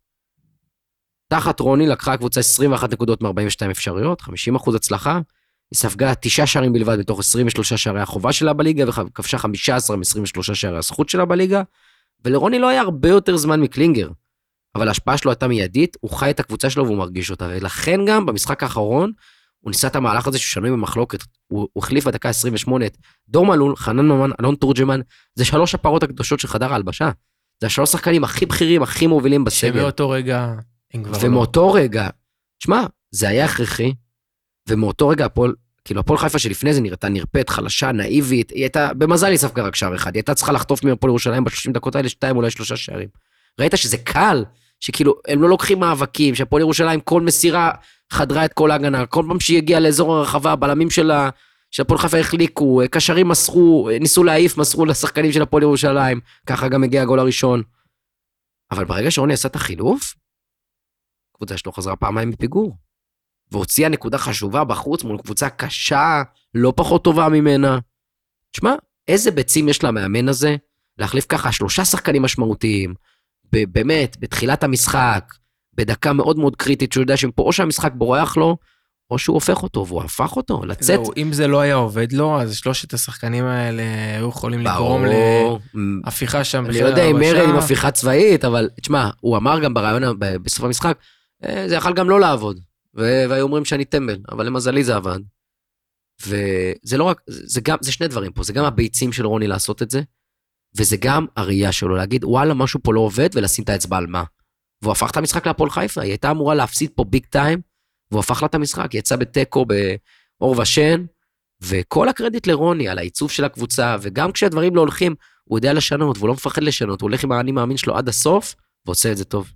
תחת רוני לקחה הקבוצה 21 נקודות מ-42 אפשריות, 50% הצלחה, היא ספגה 9 שערים בלבד בתוך 23 שערי החובה שלה בליגה, וכבשה 15 מ-23 שערי הזכות שלה בליגה, ולרוני לא היה הרבה יותר זמן מקלינגר, אבל ההשפעה שלו הייתה מיידית, הוא חי את הקבוצה שלו והוא מרגיש אותה, ולכן גם במשחק האחרון, הוא ניסה את המהלך הזה ששנוי במחלוקת, הוא החליף בדקה 28 את דור מלול, חנן ממן, אלון תורג'מן, זה 3 הפרות הקדושות של חדר ההלבשה, זה 3 שחקנים הכי בכירים, הכי מובילים בסגל. שמאותו רגע, ומאותו רגע, תשמע, זה היה הכרחי, ומאותו רגע הפועל חיפה שלפני זה נראתה נרפאת, חלשה, נאיבית, היא הייתה, במזל היא ספגה רק שער אחד, היא הייתה צריכה לחטוף מהפועל ירושלים ב-30 דקות האלה, 2 אולי 3 שערים. ראית שזה קל, שכאילו הם לא לוקחים מאבקים, שהפועל ירושלים כל מסירה חדרה את כל ההגנה, כל פעם שהיא הגיעה לאזור הרחבה, הבלמים של הפועל חיפה החליקו, קשרים מסרו, ניסו להעיף, מסרו לשחקנים של הפועל ירושלים, ככה גם הגיע הגול הראשון. אבל ברגע שרוני עשה את החילוף, קבוצה שלו חזרה פעמיים מפיגור, והוציאה נקודה חשובה בחוץ מול קבוצה קשה, לא פחות טובה ממנה. תשמע, איזה ביצים יש למאמן הזה, להחליף ככה 3 שחקנים משמעותיים, באמת, בתחילת המשחק, בדקה מאוד מאוד קריטית, שהוא יודע שפה או שהמשחק בורח לו, או שהוא הופך אותו, והוא הפך אותו, לצאת. אם זה לא היה עובד לו, אז 3 השחקנים האלה היו יכולים לגרום להפיכה שם. אני לא יודע אם מרד עם הפיכה צבאית, אבל תשמע, הוא אמר גם ברעיון בסוף המשחק, זה יכול גם לא לעבוד, והיו אומרים שאני טמבל, אבל למזלי זה עבד. וזה לא רק, זה 2 דברים פה, זה גם הביצים של רוני לעשות את זה, וזה גם הראייה שלו להגיד, וואלה, משהו פה לא עובד, ולשים את האצבע על מה. והוא הפך את המשחק להפועל חיפה, היא הייתה אמורה להפסיד פה ביג טיים, והוא הפך לה את המשחק, יצא בטקו, באור ושן, וכל הקרדיט לרוני, על העיצוב של הקבוצה, וגם כשהדברים לא הולכים, הוא יודע לשנות, והוא לא מפחד לשנות, הוא הולך עם האני מאמין שלו עד הסוף, ועושה את זה טוב.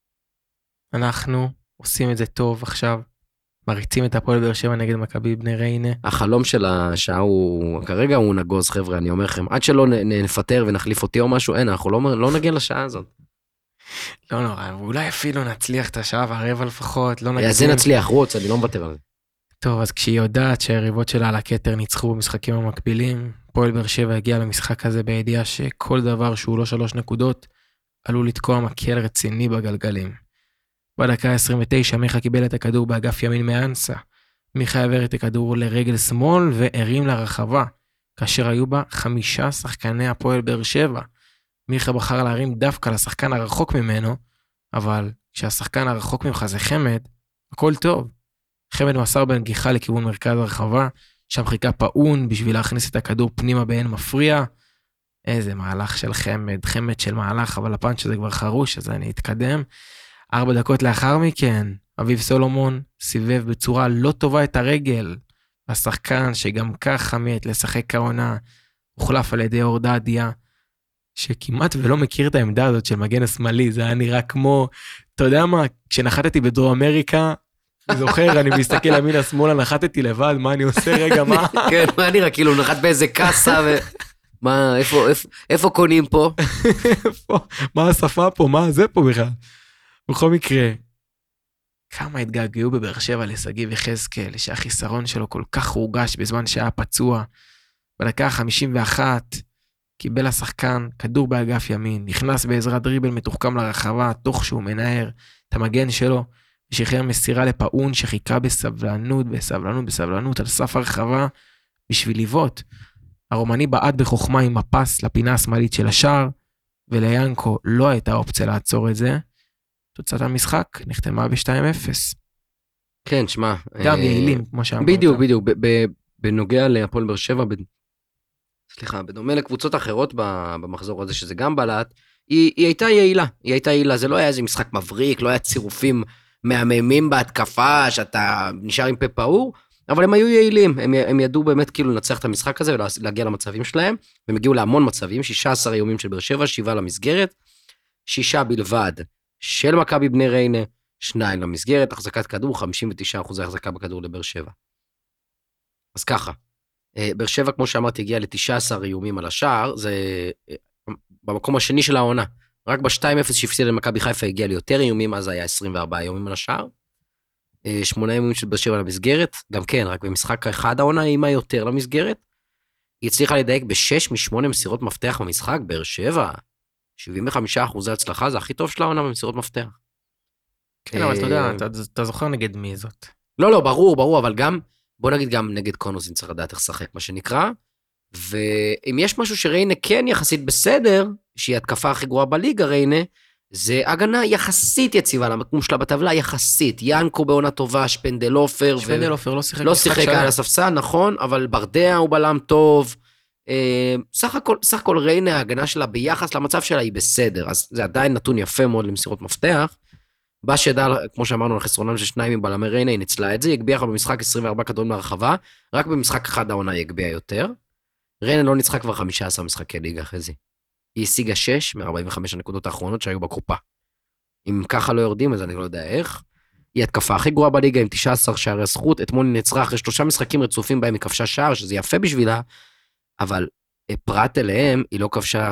אנחנו עושים את זה טוב עכשיו, מריצים את הפועל באר שבע נגד מכבי בני ריינה. החלום של השעה הוא, כרגע הוא נגוז, חבר'ה, אני אומר לכם, עד שלא נפטר ונחליף אותי או משהו, אין, אנחנו לא נגיע לשעה הזאת. לא נורא, אולי אפילו נצליח את השעה והרבע לפחות, לא נגזים. אז זה נצליח, רוץ, אני לא מוותר על זה. טוב, אז כשהיא יודעת שהיריבות שלה על הכתר ניצחו במשחקים המקבילים, פועל באר שבע הגיע למשחק הזה בידיעה שכל דבר שהוא לא 3 נקודות, עלול לתקוע מקל רציני בגלגלים. בדקה 29 מיכה קיבל את הכדור באגף ימין מאנסה. מיכה העבר את הכדור לרגל שמאל והרים לרחבה, כאשר היו בה 5 שחקני הפועל באר שבע. מיכה בחר להרים דווקא לשחקן הרחוק ממנו, אבל כשהשחקן הרחוק ממך זה חמד, הכל טוב. חמד מסר בנגיחה לכיוון מרכז הרחבה, שם חיכה פאון בשביל להכניס את הכדור פנימה באין מפריע. איזה מהלך של חמד של מהלך, אבל הפאנץ' שזה כבר חרוש, אז אני אתקדם. 4 דקות לאחר מכן, אביב סולומון סיבב בצורה לא טובה את הרגל. השחקן שגם כך מת לשחק העונה, הוחלף על ידי אורדדיה, שכמעט ולא מכיר את העמדה הזאת של מגן השמאלי, זה היה נראה כמו, אתה יודע מה, כשנחתתי בדרום אמריקה, אני זוכר, אני מסתכל ימינה שמאלה, נחתתי לבד, מה אני עושה רגע, מה? כן, מה נראה, כאילו נחת באיזה קאסה, מה, איפה קונים פה? מה השפה פה, מה זה פה בכלל? בכל מקרה, כמה התגעגעו בבאר שבע לשגיב יחזקאל, שהחיסרון שלו כל כך הורגש בזמן שהיה פצוע, בדקה 51, קיבל השחקן כדור באגף ימין, נכנס בעזרת דריבל מתוחכם לרחבה, תוך שהוא מנער את המגן שלו, ושחרר מסירה לפאון שחיכה בסבלנות על סף הרחבה, בשביל לבעוט. הרומני בעט בחוכמה עם הפס לפינה השמאלית של השער, וליאנקו לא הייתה אופציה לעצור את זה. תוצאת המשחק נחתמה ב-2-0. כן, שמה. גם יעילים, כמו שאמרת. בדיוק. בנוגע להפועל באר שבע, סליחה, בדומה לקבוצות אחרות במחזור הזה, שזה גם בלט, היא הייתה יעילה, היא הייתה יעילה, זה לא היה איזה משחק מבריק, לא היה צירופים מהממים בהתקפה, שאתה נשאר עם פה פעור, אבל הם היו יעילים, הם ידעו באמת כאילו לנצח את המשחק הזה, ולהגיע למצבים שלהם, והם הגיעו להמון מצבים, 16 איומים של באר שבע, 7 למסגרת, 6 בלבד של מכבי בני ריינה, 2 למסגרת, החזקת כדור, 59% החזקה בכדור לבאר שבע. אז ככה, באר שבע, כמו שאמרתי, הגיע ל-19 איומים על השער, זה במקום השני של העונה. רק ב-2-0 שהפסיד למכבי חיפה הגיע ליותר איומים, אז היה 24 איומים על השער. 8 איומים של באר שבע למסגרת, גם כן, רק במשחק אחד העונה אימה יותר למסגרת. היא הצליחה לדייק ב-6 מ-8 מסירות מפתח במשחק, באר שבע, 75% הצלחה, זה הכי טוב של העונה במסירות מפתח. כן, אבל אתה יודע, אתה זוכר נגד מי זאת. לא, ברור, אבל גם, בוא נגיד גם נגד קונוסין צריך לדעת איך לשחק, מה שנקרא, ואם יש משהו שריינה כן יחסית בסדר, שהיא התקפה הכי גרועה בליגה ריינה, זה הגנה יחסית יציבה, למקום שלה בטבלה יחסית, ינקו בעונה טובה, שפנדלופר לא שיחק על הספסל, נכון, אבל ברדע הוא בלם טוב, סך הכל ריינה, ההגנה שלה ביחס למצב שלה היא בסדר, אז זה עדיין נתון יפה מאוד למסירות מפתח, בשדה, כמו שאמרנו, לחסרונם של 2 עם בלמי ריינה, היא ניצלה את זה, היא הגביעה במשחק 24 כדורים להרחבה, רק במשחק אחד העונה היא הגביעה יותר, ריינה לא ניצחה כבר 15 משחקי ליגה אחרי זה. היא השיגה 6 מ-45 הנקודות האחרונות שהיו בקופה. אם ככה לא יורדים, אז אני לא יודע איך. היא התקפה הכי גרועה בליגה עם 19 שערי זכות, אתמול היא נצרה אחרי 3 משחקים רצופים בהם היא כבשה שער, שזה יפה בשבילה, אבל פרט אליהם, היא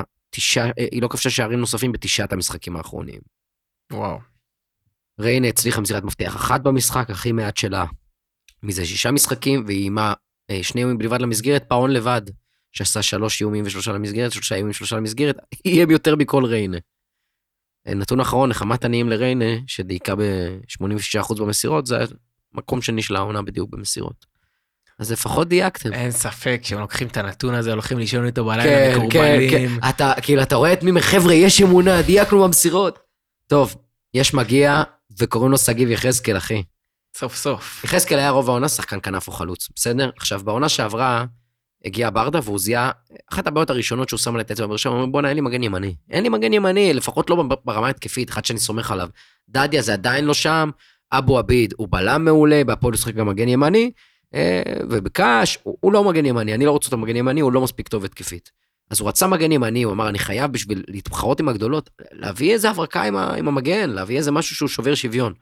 לא כבשה שערים נוספים ב9 המשחקים האחרונים. וואו. ריינה הצליחה מסירת מפתח אחת במשחק, הכי מעט שלה, מזה 6 משחקים, והיא אימה 2 איומים בלבד למסגרת, פאון לבד, שעשה 3 איומים ו3 למסגרת, 3 איומים ו3 למסגרת, יהיה יותר מכל ריינה. נתון אחרון, נחמת עניים לריינה, שדייקה ב-86% במסירות, זה מקום שני של העונה בדיוק במסירות. אז לפחות דייקתם. אין ספק, כשהם לוקחים את הנתון הזה, הולכים לישון איתו בלילה מקורבנים. כן, אתה רואה את מי מחבר'ה, יש אמונה, דייקנו במסירות. טוב, יש מגיע, וקוראים לו סגיב יחזקאל, אחי. סוף סוף. יחזקאל היה רוב העונה, שחקן כנף או חלוץ, בסדר? עכשיו, בעונה שעברה, הגיע ברדה והוא זיהה, אחת הבעיות הראשונות שהוא שם על את עצמו בראשם, הוא אומר, בוא'נה, אין לי מגן ימני, לפחות לא ברמה התקפית, אחד שאני סומך עליו. דדיה זה עדיין לא שם, אבו עביד הוא בלם מעולה, בהפועל לשחק גם מגן ימני, ובקש, הוא לא מגן ימני, אני לא רוצה אותו מגן ימני, הוא לא מספיק טוב התקפית. אז הוא רצה מגן ימני, הוא אמר, אני חייב בשביל להתחרות עם הגדולות, להביא איזה הברקה עם המגן, להביא איזה משהו שהוא שובר שוויון.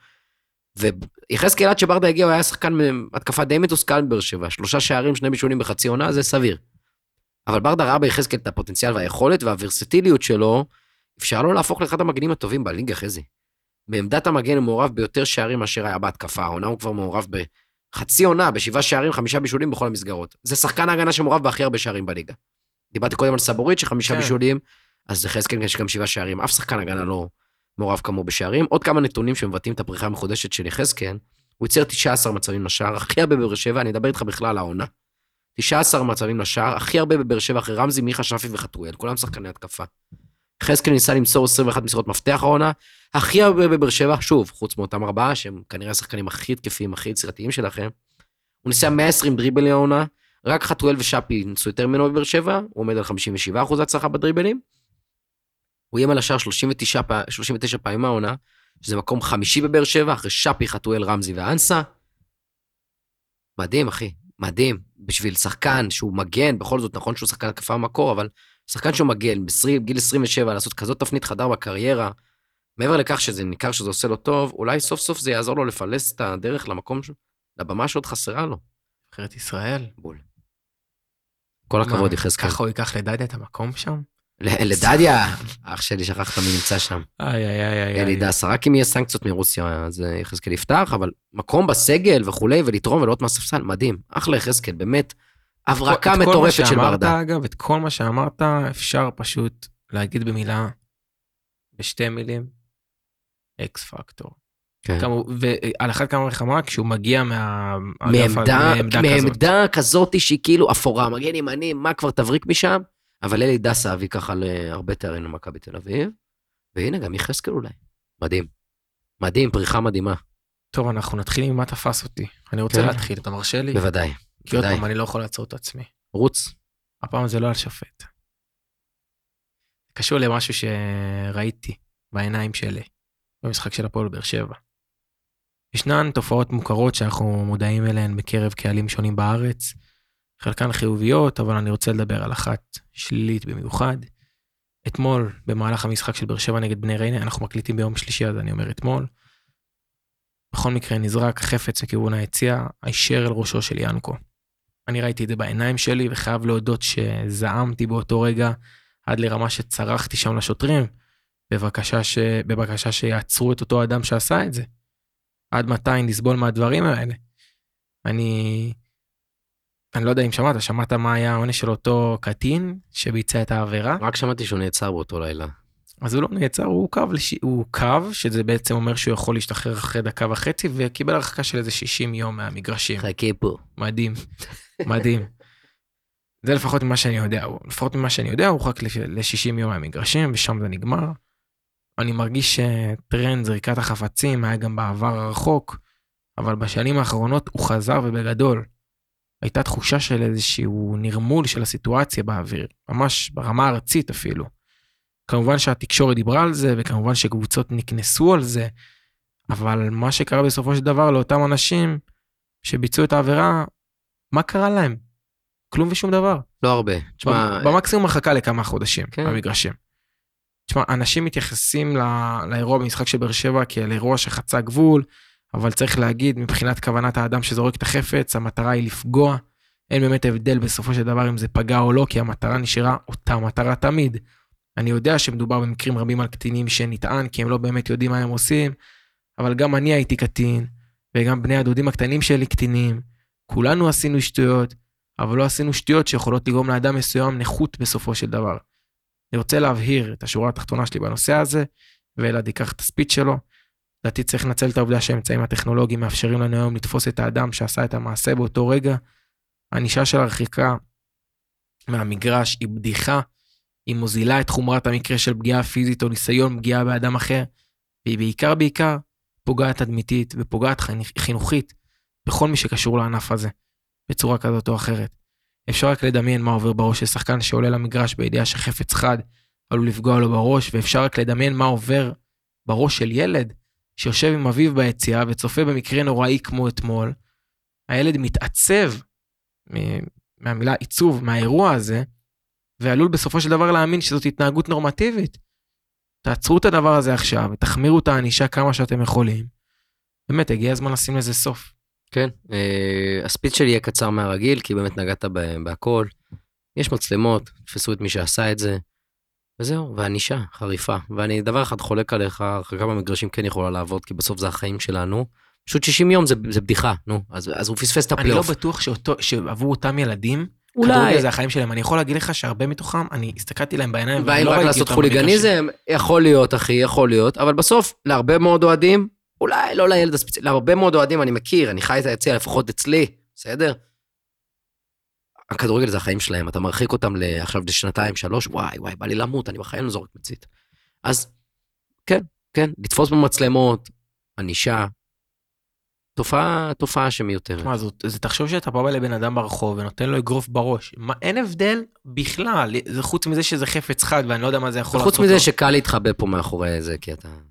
ויחזקאל עד שברדה הגיע, הוא היה שחקן התקפה די מתוסכל בבאר שבע, 3 שערים, 2 בישולים בחצי עונה, זה סביר. אבל ברדה ראה ביחזקאל את הפוטנציאל והיכולת, והוורסטיליות שלו, אפשר לו להפוך לאחד המגנים הטובים בליגה אחרי זה. בעמדת המגן הוא מעורב ביותר שערים מאשר היה בהתקפה, העונה הוא כבר מעורב בחצי עונה, ב7 שערים, 5 בישולים בכל המסגרות. זה שחקן ההגנה שמעורב בהכי הרבה שערים בליגה. דיברתי קודם על סבורית, ש5 בישולים, אז יחזקאל יש גם 7 שערים, אף שחקן הגנה לא מעורב כמו בשערים. עוד כמה נתונים שמבטאים את הפריחה המחודשת של יחזקאל, הוא יצר 19 מצבים לשער, הכי הרבה בבאר שבע, אני אדבר איתך בכלל על העונה. 19 מצבים לשער, הכי הרבה בבאר שבע אחרי רמזי, מיכה, שפי וחתואל, כולם שחקני התקפה. יחזקאל ניסה למסור 21 מסירות מפתח העונה, הכי הרבה בבאר שבע, שוב, חוץ מאותם 4, שהם כנראה השחקנים הכי תקפים, הכי יצירתיים שלכם. הוא ניסה 120 דריבלים העונה, רק חתואל ושפי ניסו יותר ממנו בבאר שבע, הוא עומד על 57% הצלחה בדריבלים. הוא איים על השער 39 פעמים העונה, שזה מקום 5 בבאר שבע, אחרי שפי, חתואל, רמזי ואנסה. מדהים, אחי, מדהים. בשביל שחקן שהוא מגן, בכל זאת נכון שהוא שחקן התקפה במקור, אבל שחקן שהוא מגן, בגיל 27, לעשות כזאת תפנית חדר בקריירה, מעבר לכך שזה ניכר שזה עושה לו טוב, אולי סוף סוף זה יעזור לו לפלס את הדרך למקום, לבמה שעוד חסרה לו. נבחרת ישראל. בול. כל הכבוד יחזקאל. ככה הוא ייקח לדדיה את המקום שם? לדדיה, אח שלי שכחת מי נמצא שם. איי. אלידס, רק אם יהיה סנקציות מרוסיה, אז יחזקאל יפתח, אבל מקום בסגל וכולי, ולתרום ולאות מהספסל, מדהים. אחלה יחזקאל, באמת, הברקה מטורפת של ברדה. אגב, את כל מה שאמרת, אפשר פשוט להגיד במילה, בשתי מילים, אקס פקטור. ועל אחת כמה רחמה, כשהוא מגיע מעמדה כזאת שהיא כאילו אפורה, מגן ימני, מה כבר תבריק משם? אבל אלי דסה הביא ככה להרבה תארים למכבי תל אביב, והנה גם יחזקאל אולי. מדהים. מדהים, פריחה מדהימה. טוב, אנחנו נתחיל עם מה תפס אותי. אני רוצה להתחיל, אתה מרשה לי? בוודאי. כי עוד פעם, אני לא יכול לעצור את עצמי. רוץ. הפעם זה לא על שופט. זה קשור למשהו שראיתי בעיניים שלי, במשחק של הפועל באר שבע. ישנן תופעות מוכרות שאנחנו מודעים אליהן בקרב קהלים שונים בארץ, חלקן חיוביות, אבל אני רוצה לדבר על אחת שלילית במיוחד. אתמול, במהלך המשחק של באר שבע נגד בני ריינה, אנחנו מקליטים ביום שלישי, אז אני אומר אתמול, בכל מקרה נזרק חפץ מכיוון היציאה, הישר אל ראשו של ינקו. אני ראיתי את זה בעיניים שלי, וחייב להודות שזעמתי באותו רגע, עד לרמה שצרחתי שם לשוטרים, בבקשה שיעצרו את אותו אדם שעשה את זה. עד מתי נסבול מהדברים האלה? אני לא יודע אם שמעת מה היה העונש של אותו קטין שביצע את העבירה? רק שמעתי שהוא נעצר באותו לילה. אז הוא לא נעצר, הוא קו, שזה בעצם אומר שהוא יכול להשתחרר אחרי דקה וחצי, וקיבל הרחקה של איזה 60 יום מהמגרשים. חכה פה. מדהים, מדהים. זה לפחות ממה שאני יודע, הוא הורחק ל-60 יום מהמגרשים, ושם זה נגמר. אני מרגיש שטרנד זריקת החפצים היה גם בעבר הרחוק, אבל בשנים האחרונות הוא חזר ובגדול. הייתה תחושה של איזשהו נרמול של הסיטואציה באוויר, ממש ברמה הארצית אפילו. כמובן שהתקשורת דיברה על זה, וכמובן שקבוצות נקנסו על זה, אבל מה שקרה בסופו של דבר לאותם אנשים שביצעו את העבירה, מה קרה להם? כלום ושום דבר. לא הרבה. במקסימום הרחקה לכמה חודשים, כן. במגרשים. תשמע, אנשים מתייחסים לאירוע במשחק של באר שבע כאל אירוע שחצה גבול, אבל צריך להגיד, מבחינת כוונת האדם שזורק את החפץ, המטרה היא לפגוע. אין באמת הבדל בסופו של דבר אם זה פגע או לא, כי המטרה נשארה אותה מטרה תמיד. אני יודע שמדובר במקרים רבים על קטינים שנטען, כי הם לא באמת יודעים מה הם עושים, אבל גם אני הייתי קטין, וגם בני הדודים הקטנים שלי קטינים. כולנו עשינו שטויות, אבל לא עשינו שטויות שיכולות לגרום לאדם מסוים נכות בסופו של דבר. אני רוצה להבהיר את השורה התחתונה שלי בנושא הזה, ואלעד ייקח את הספיץ שלו. לדעתי צריך לנצל את העובדה שהאמצעים הטכנולוגיים מאפשרים לנו היום לתפוס את האדם שעשה את המעשה באותו רגע. הענישה של הרחיקה מהמגרש היא בדיחה, היא מוזילה את חומרת המקרה של פגיעה פיזית או ניסיון פגיעה באדם אחר, והיא בעיקר פוגעת תדמיתית ופוגעת חינוכית בכל מי שקשור לענף הזה, בצורה כזאת או אחרת. אפשר רק לדמיין מה עובר בראש של שחקן שעולה למגרש בידיעה שחפץ חד עלול לפגוע לו בראש, ואפשר רק לדמיין מה עובר בראש של ילד שיושב עם אביו ביציאה וצופה במקרה נוראי כמו אתמול. הילד מתעצב מהמילה עיצוב, מהאירוע הזה, ועלול בסופו של דבר להאמין שזאת התנהגות נורמטיבית. תעצרו את הדבר הזה עכשיו, ותחמירו את הענישה כמה שאתם יכולים. באמת, הגיע הזמן לשים לזה סוף. כן, הספיץ שלי יהיה קצר מהרגיל, כי באמת נגעת בהכל. יש מצלמות, תפסו את מי שעשה את זה, וזהו, והענישה חריפה. ואני דבר אחד חולק עליך, הרחקה במגרשים כן יכולה לעבוד, כי בסוף זה החיים שלנו. פשוט 60 יום זה בדיחה, נו, אז הוא פספס את הפלייאוף. אני לא בטוח שעבור אותם ילדים, כדורגל זה החיים שלהם. אני יכול להגיד לך שהרבה מתוכם, אני הסתכלתי להם בעיניים, ואם רק לעשות חוליגניזם, יכול להיות, אחי, יכול להיות, אבל בסוף, להרבה מאוד אוהדים, אולי לא לילד הספציפי, להרבה מאוד אוהדים אני מכיר, אני חי את היציאה, לפחות אצלי, בסדר? הכדורגל זה החיים שלהם, אתה מרחיק אותם עכשיו לשנתיים, 3, וואי, בא לי למות, אני בחיים לא זורק מצית. אז, כן, לתפוס במצלמות, ענישה, תופעה שמיותרת. מה, זה תחשוב שאתה בא לבן אדם ברחוב ונותן לו אגרוף בראש. אין הבדל בכלל, זה חוץ מזה שזה חפץ חד, ואני לא יודע מה זה יכול לעשות. חוץ מזה שקל להתחבא פה מאחורי זה, כי אתה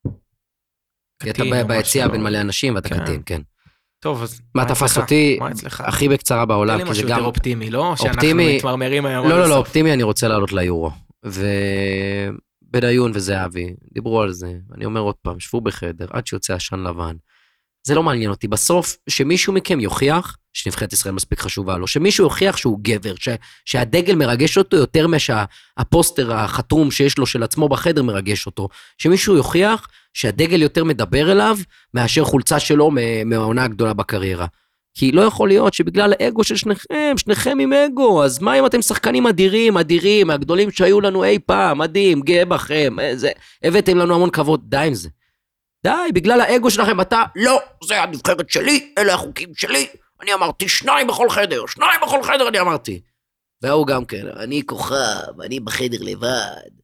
ביציאה בין מלא אנשים, ואתה קטין, כן. טוב, אז מה תפס אותי הכי בקצרה בעולם? תן לי משהו יותר אופטימי, לא? שאנחנו מתמרמרים היום. לא, אופטימי, אני רוצה לעלות ליורו. ובניון וזהבי, דיברו על זה, אני אומר עוד פעם, שבו בחדר, עד שיוצא עשן לבן. זה לא מעניין אותי. בסוף, שמישהו מכם יוכיח, שנבחרת ישראל מספיק חשובה לו, שמישהו יוכיח שהוא גבר, שהדגל מרגש אותו יותר מהפוסטר החתום שיש לו של עצמו בחדר מרגש אותו, שמישהו יוכיח שהדגל יותר מדבר אליו, מאשר חולצה שלו מהעונה הגדולה בקריירה. כי לא יכול להיות שבגלל האגו של שניכם עם אגו, אז מה אם אתם שחקנים אדירים, הגדולים שהיו לנו אי פעם, מדהים, גאה בכם, הבאתם לנו המון כבוד, די עם זה. די, בגלל האגו שלכם, אתה, לא, זה הנבחרת שלי, אלה החוקים שלי, אני אמרתי 2 בכל חדר אני אמרתי. והוא גם כן, אני כוכב, אני בחדר לבד,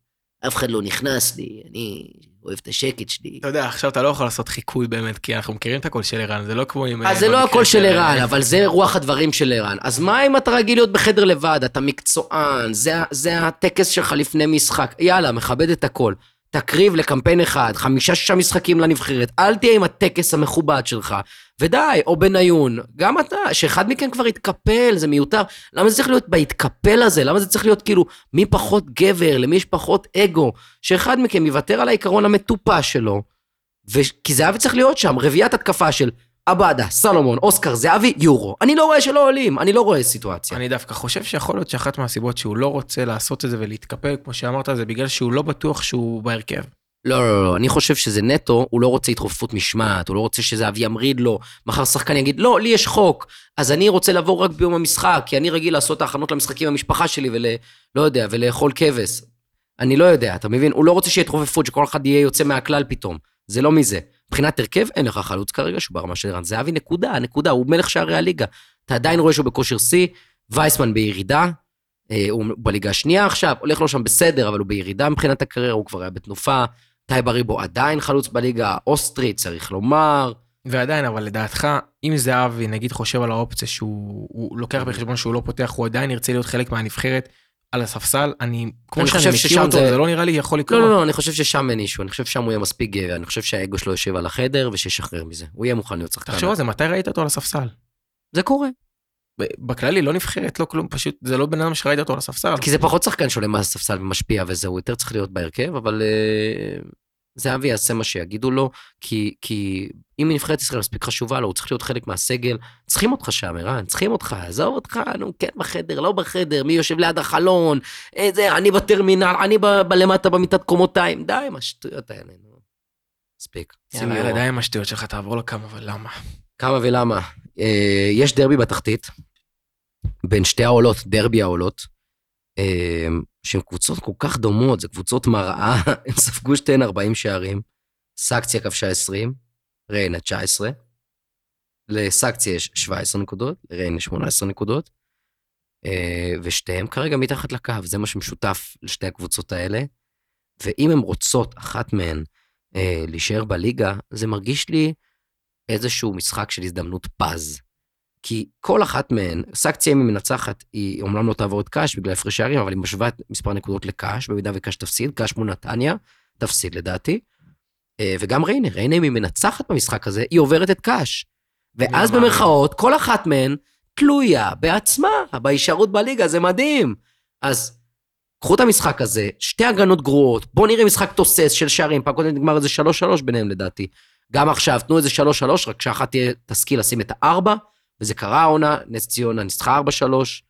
אף אחד לא נכנס לי, אני אוהב את השקט שלי. אתה יודע, עכשיו אתה לא יכול לעשות חיקוי באמת, כי אנחנו מכירים את הקול של ערן, זה לא כמו עם... אז זה לא הקול של ערן, אבל זה רוח הדברים של ערן. אז מה אם אתה רגיל להיות בחדר לבד, אתה מקצוען, זה הטקס שלך לפני משחק, יאללה, מכבד את הכל. תקריב לקמפיין אחד, 5-6 משחקים לנבחרת, אל תהיה עם הטקס המכובד שלך, ודי, או בניון, גם אתה, שאחד מכם כבר יתקפל, זה מיותר, למה זה צריך להיות בהתקפל הזה, למה זה צריך להיות כאילו, מי פחות גבר, למי יש פחות אגו, שאחד מכם יוותר על העיקרון המטופש שלו, כי זהבי צריך להיות שם, רביעת התקפה של אבדה, סלומון, אוסקר, זהבי, יורו, אני לא רואה שלא עולים, אני לא רואה סיטואציה. אני דווקא חושב שיכול להיות שאחת מהסיבות שהוא לא רוצה לעשות את זה ולהתקפל, כמו שאמרת, זה בגלל שהוא לא בטוח שהוא בהרכב. לא, אני חושב שזה נטו, הוא לא רוצה התרופפות משמעת, הוא לא רוצה שזהבי ימריד לו, מחר שחקן יגיד, לא, לי יש חוק, אז אני רוצה לבוא רק ביום המשחק, כי אני רגיל לעשות ההכנות למשחקים במשפחה שלי, לא יודע, ולאכול כבש. אני לא יודע, אתה מבין? הוא לא רוצה שיהיה התרופפות, שכל אחד יהיה יוצא מהכלל פתאום. זה לא מזה. מבחינת הרכב, אין לך חלוץ כרגע, שהוא ברמה של ערן זהבי, נקודה, הוא מלך שערי הליגה. אתה עדיין רואה שהוא בכושר C, וייסמן בירידה, הוא בליגה השנייה עכשיו, הולך לו שם בסדר, אבל הוא בירידה מבחינת הקריירה, הוא כבר היה בתנופה, טייב אריבו עדיין חלוץ בליגה האוסטרית, צריך לומר. ועדיין, אבל לדעתך, אם זהבי נגיד חושב על האופציה שהוא לוקח בחשבון שהוא לא פותח, הוא עדיין ירצה להיות חלק מהנבחרת על הספסל, כמו שאני מכיר אותו, זה לא נראה לי יכול לקרות. לא, אני חושב ששם אין אישו, אני חושב ששם הוא יהיה מספיק גבר, אני חושב שהאגו שלו יושב על החדר ושישחרר מזה, הוא יהיה מוכן להיות שחקן. תחשוב על זה, מתי ראית אותו על הספסל? זה קורה. בכללי לא נבחרת, לא כלום, פשוט זה לא בן אדם שראית אותו על הספסל. כי זה פחות שחקן שעולה מהספסל ומשפיע וזה, הוא יותר צריך להיות בהרכב, אבל זהבי יעשה מה שיגידו לו, כי אם נבחרת ישראל מספיק חשובה לו, הוא צריך להיות חלק מהסגל, צריכים אותך שם, ערן, צריכים אותך, עזוב אותך, נו, כן בחדר, לא בחדר, מי יושב ליד החלון, אני בטרמינל, אני למטה במיטת קומותיים, די, מה שטויות האלה, נו. מספיק. יאללה, די עם השטויות שלך, תעבור לכמה ולמה. כמה ולמה. יש דרבי בתחתית, בין שתי העולות, דרבי העולות, שהן קבוצות כל כך דומות, זה קבוצות מראה, הם ספגו שתיהן 40 שערים, סקציה כבשה 20, ריינה 19, לסקציה יש 17 נקודות, לריינה 18 נקודות, ושתיהן כרגע מתחת לקו, זה מה שמשותף לשתי הקבוצות האלה, ואם הן רוצות, אחת מהן, להישאר בליגה, זה מרגיש לי איזשהו משחק של הזדמנות פז, כי כל אחת מהן, סקציה אם היא מנצחת, היא אומנם לא תעבור את קאש בגלל הפרש שערים, אבל היא משווה מספר נקודות לקאש, במידה וקאש תפסיד, קאש מול נתניה, תפסיד לדעתי, וגם ריינה אם היא מנצחת במשחק הזה, היא עוברת את קאש, ואז במרכאות, כל אחת מהן תלויה בעצמה, בהישארות בליגה, זה מדהים. אז קחו את המשחק הזה, שתי הגנות גרועות, בואו נראה משחק תוסס של שערים, פעם קודם נגמר איזה 3-3 ביניהם לדעתי, גם עכשיו תנו איזה 3-3, רק שאחת תהיה תשכיל לשים את 4, וזה קרה העונה, נס ציונה ניצחה 4-3,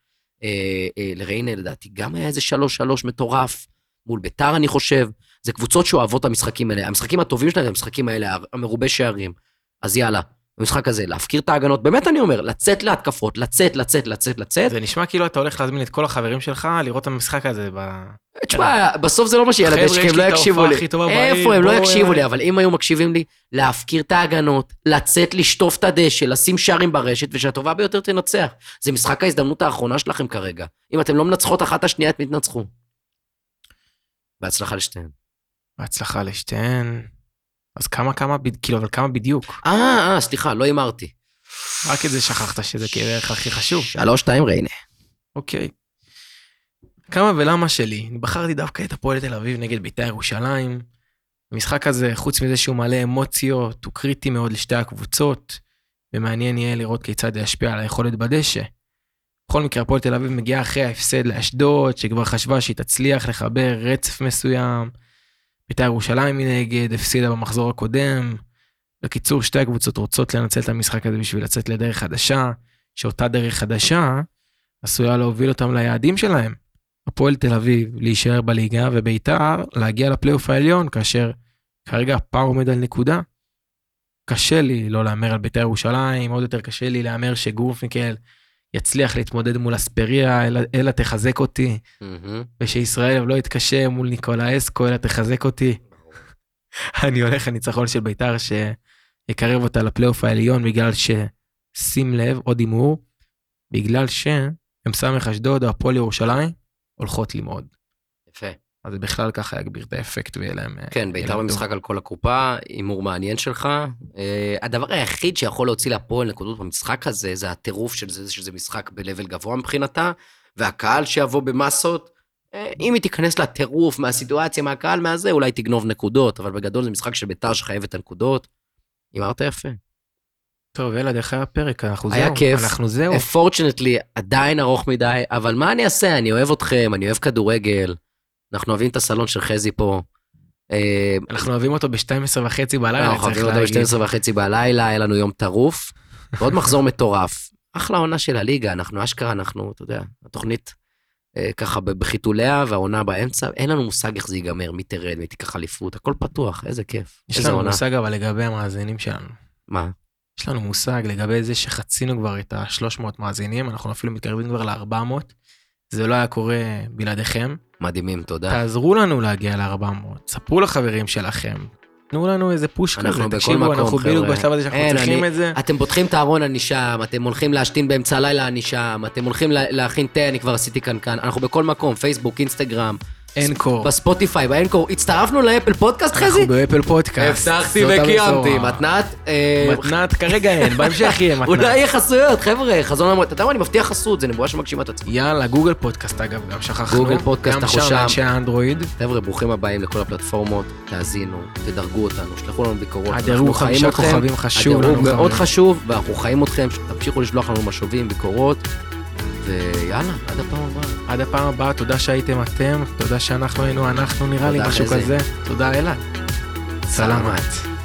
לריינה לדעתי גם היה איזה 3-3 מטורף, מול ביתר אני חושב, זה קבוצות שאוהבות המשחקים האלה, המשחקים הטובים שלהם, המשחקים האלה, המרובי שערים, אז יאללה, במשחק הזה, להפקיר את ההגנות, באמת אני אומר, לצאת להתקפות, לצאת. זה נשמע כאילו אתה הולך להזמין את כל החברים שלך, לראות את המשחק הזה. תשמע, בסוף זה לא מה שילד, שהם לא יקשיבו לי. איפה, הם לא יקשיבו לי, אבל אם היו מקשיבים לי, להפקיר את ההגנות, לצאת לשטוף את הדשא, לשים שערים ברשת, ושהטובה ביותר תנצח. זה משחק ההזדמנות האחרונה שלכם כרגע. אם אתם לא מנצחות אחת השנייה, את מתנצחו. בהצלחה לשתיהן. בהצלחה לשתיהן. אז אבל כמה בדיוק? סליחה, לא אמרתי. רק את זה שכחת שזה כערך הכי חשוב. 3-2 ריינה. אוקיי. כמה ולמה שלי, בחרתי דווקא את הפועל תל אביב נגד בית"ר ירושלים. המשחק הזה, חוץ מזה שהוא מלא אמוציות, הוא קריטי מאוד לשתי הקבוצות, ומעניין יהיה לראות כיצד זה ישפיע על היכולת בדשא. בכל מקרה, הפועל תל אביב מגיעה אחרי ההפסד לאשדוד, שכבר חשבה שהיא תצליח לחבר רצף מסוים. בית"ר ירושלים מנגד, הפסידה במחזור הקודם. בקיצור, שתי הקבוצות רוצות לנצל את המשחק הזה בשביל לצאת לדרך חדשה, שאותה דרך חדשה עשויה להוביל אותם ליעדים שלהם. הפועל תל אביב להישאר בליגה, ובית"ר להגיע לפלייאוף העליון, כאשר כרגע הפער עומד על נקודה. קשה לי לא לאמר על בית"ר ירושלים, עוד יותר קשה לי לאמר שגורפינקל יצליח להתמודד מול אספריה, אלא תחזק אותי, ושישראל לא יתקשה מול ניקולה אסקו, אלא תחזק אותי. אני הולך לניצחון של בית"ר שיקרב אותה לפלייאוף העליון, בגלל שים לב, עוד אימור, בגלל שהם סמך אשדוד או הפועל ירושלים, הולכות לי מאוד. יפה. אז זה בכלל ככה יגביר את האפקט ויהיה להם... כן, בית"ר במשחק על כל הקופה, הימור מעניין שלך. הדבר היחיד שיכול להוציא לפועל נקודות במשחק הזה, זה הטירוף של זה, שזה משחק בלבל גבוה מבחינתה, והקהל שיבוא במסות, אם היא תיכנס לטירוף מהסיטואציה, מהקהל, מהזה, אולי תגנוב נקודות, אבל בגדול זה משחק של בית"ר שחייב את הנקודות. הימרת יפה. טוב, ילד, אחרי הפרק, אנחנו היה זהו. כיף. אנחנו זהו. Fortunately, עדיין ארוך מדי, אבל מה אני אעשה? אני אוהב אתכם, אני אוהב כדורגל, אנחנו אוהבים את הסלון של חזי פה. אנחנו אוהבים אותו ב-12:30 בלילה, אנחנו אוהבים אותו ב-12:30 בלילה, היה לנו יום טרוף, ועוד מחזור מטורף. אחלה עונה של הליגה, אנחנו אשכרה, אנחנו, אתה יודע, התוכנית ככה בחיתוליה, והעונה באמצע, אין לנו מושג איך זה ייגמר, מי תרד, מי תיקח אליפות, הכל פתוח, איזה כיף. יש לנו מושג אבל לגבי המאזינים שלנו. מה? יש לנו מושג לגבי זה שחצינו כבר את ה-300 מאזינים, אנחנו אפילו מתקרבים כבר ל-400, זה לא היה קורה בלעדיכם. מדהימים, תודה. תעזרו לנו להגיע ל-400, ספרו לחברים שלכם, תנו לנו איזה פוש כזה, תקשיבו, אנחנו בדיוק בשלב הזה שאנחנו צריכים את זה. אתם פותחים את הארון, אני שם, אתם הולכים להשתין באמצע הלילה, אני שם, אתם הולכים להכין תה, אני כבר עשיתי כאן, אנחנו בכל מקום, פייסבוק, אינסטגרם, אנקור. בספוטיפיי, באנקור, הצטרפנו לאפל פודקאסט, חזי? אנחנו באפל פודקאסט. הבטחתי וקיימתי, מתנת כרגע אין, בהמשך יהיה מתנת. אולי יהיה חסויות, חבר'ה, חזון אמרת, אתה יודע מה, אני מבטיח חסות, זה נבואה שמגשימה את עצמי. יאללה, גוגל פודקאסט אגב, גם שכחנו. גוגל פודקאסט, אנחנו שם. גם שם אנשי האנדרואיד. חבר'ה, ברוכים הבאים לכל הפלטפורמות, תאזינו, תדרגו אותנו, שלחו לנו ביקורות. הדירוג 5 כוכבים חשוב לנו. הדירוג מאוד חשוב, ואנחנו חיים אתכם, תמשיכו לשלוח לנו משובים, ביקורות, ויאללה, עד הפעם הבאה. עד הפעם הבאה, תודה שהייתם אתם, תודה שאנחנו היינו, אנחנו נראה לי משהו כזה. תודה אלעד. סלמת.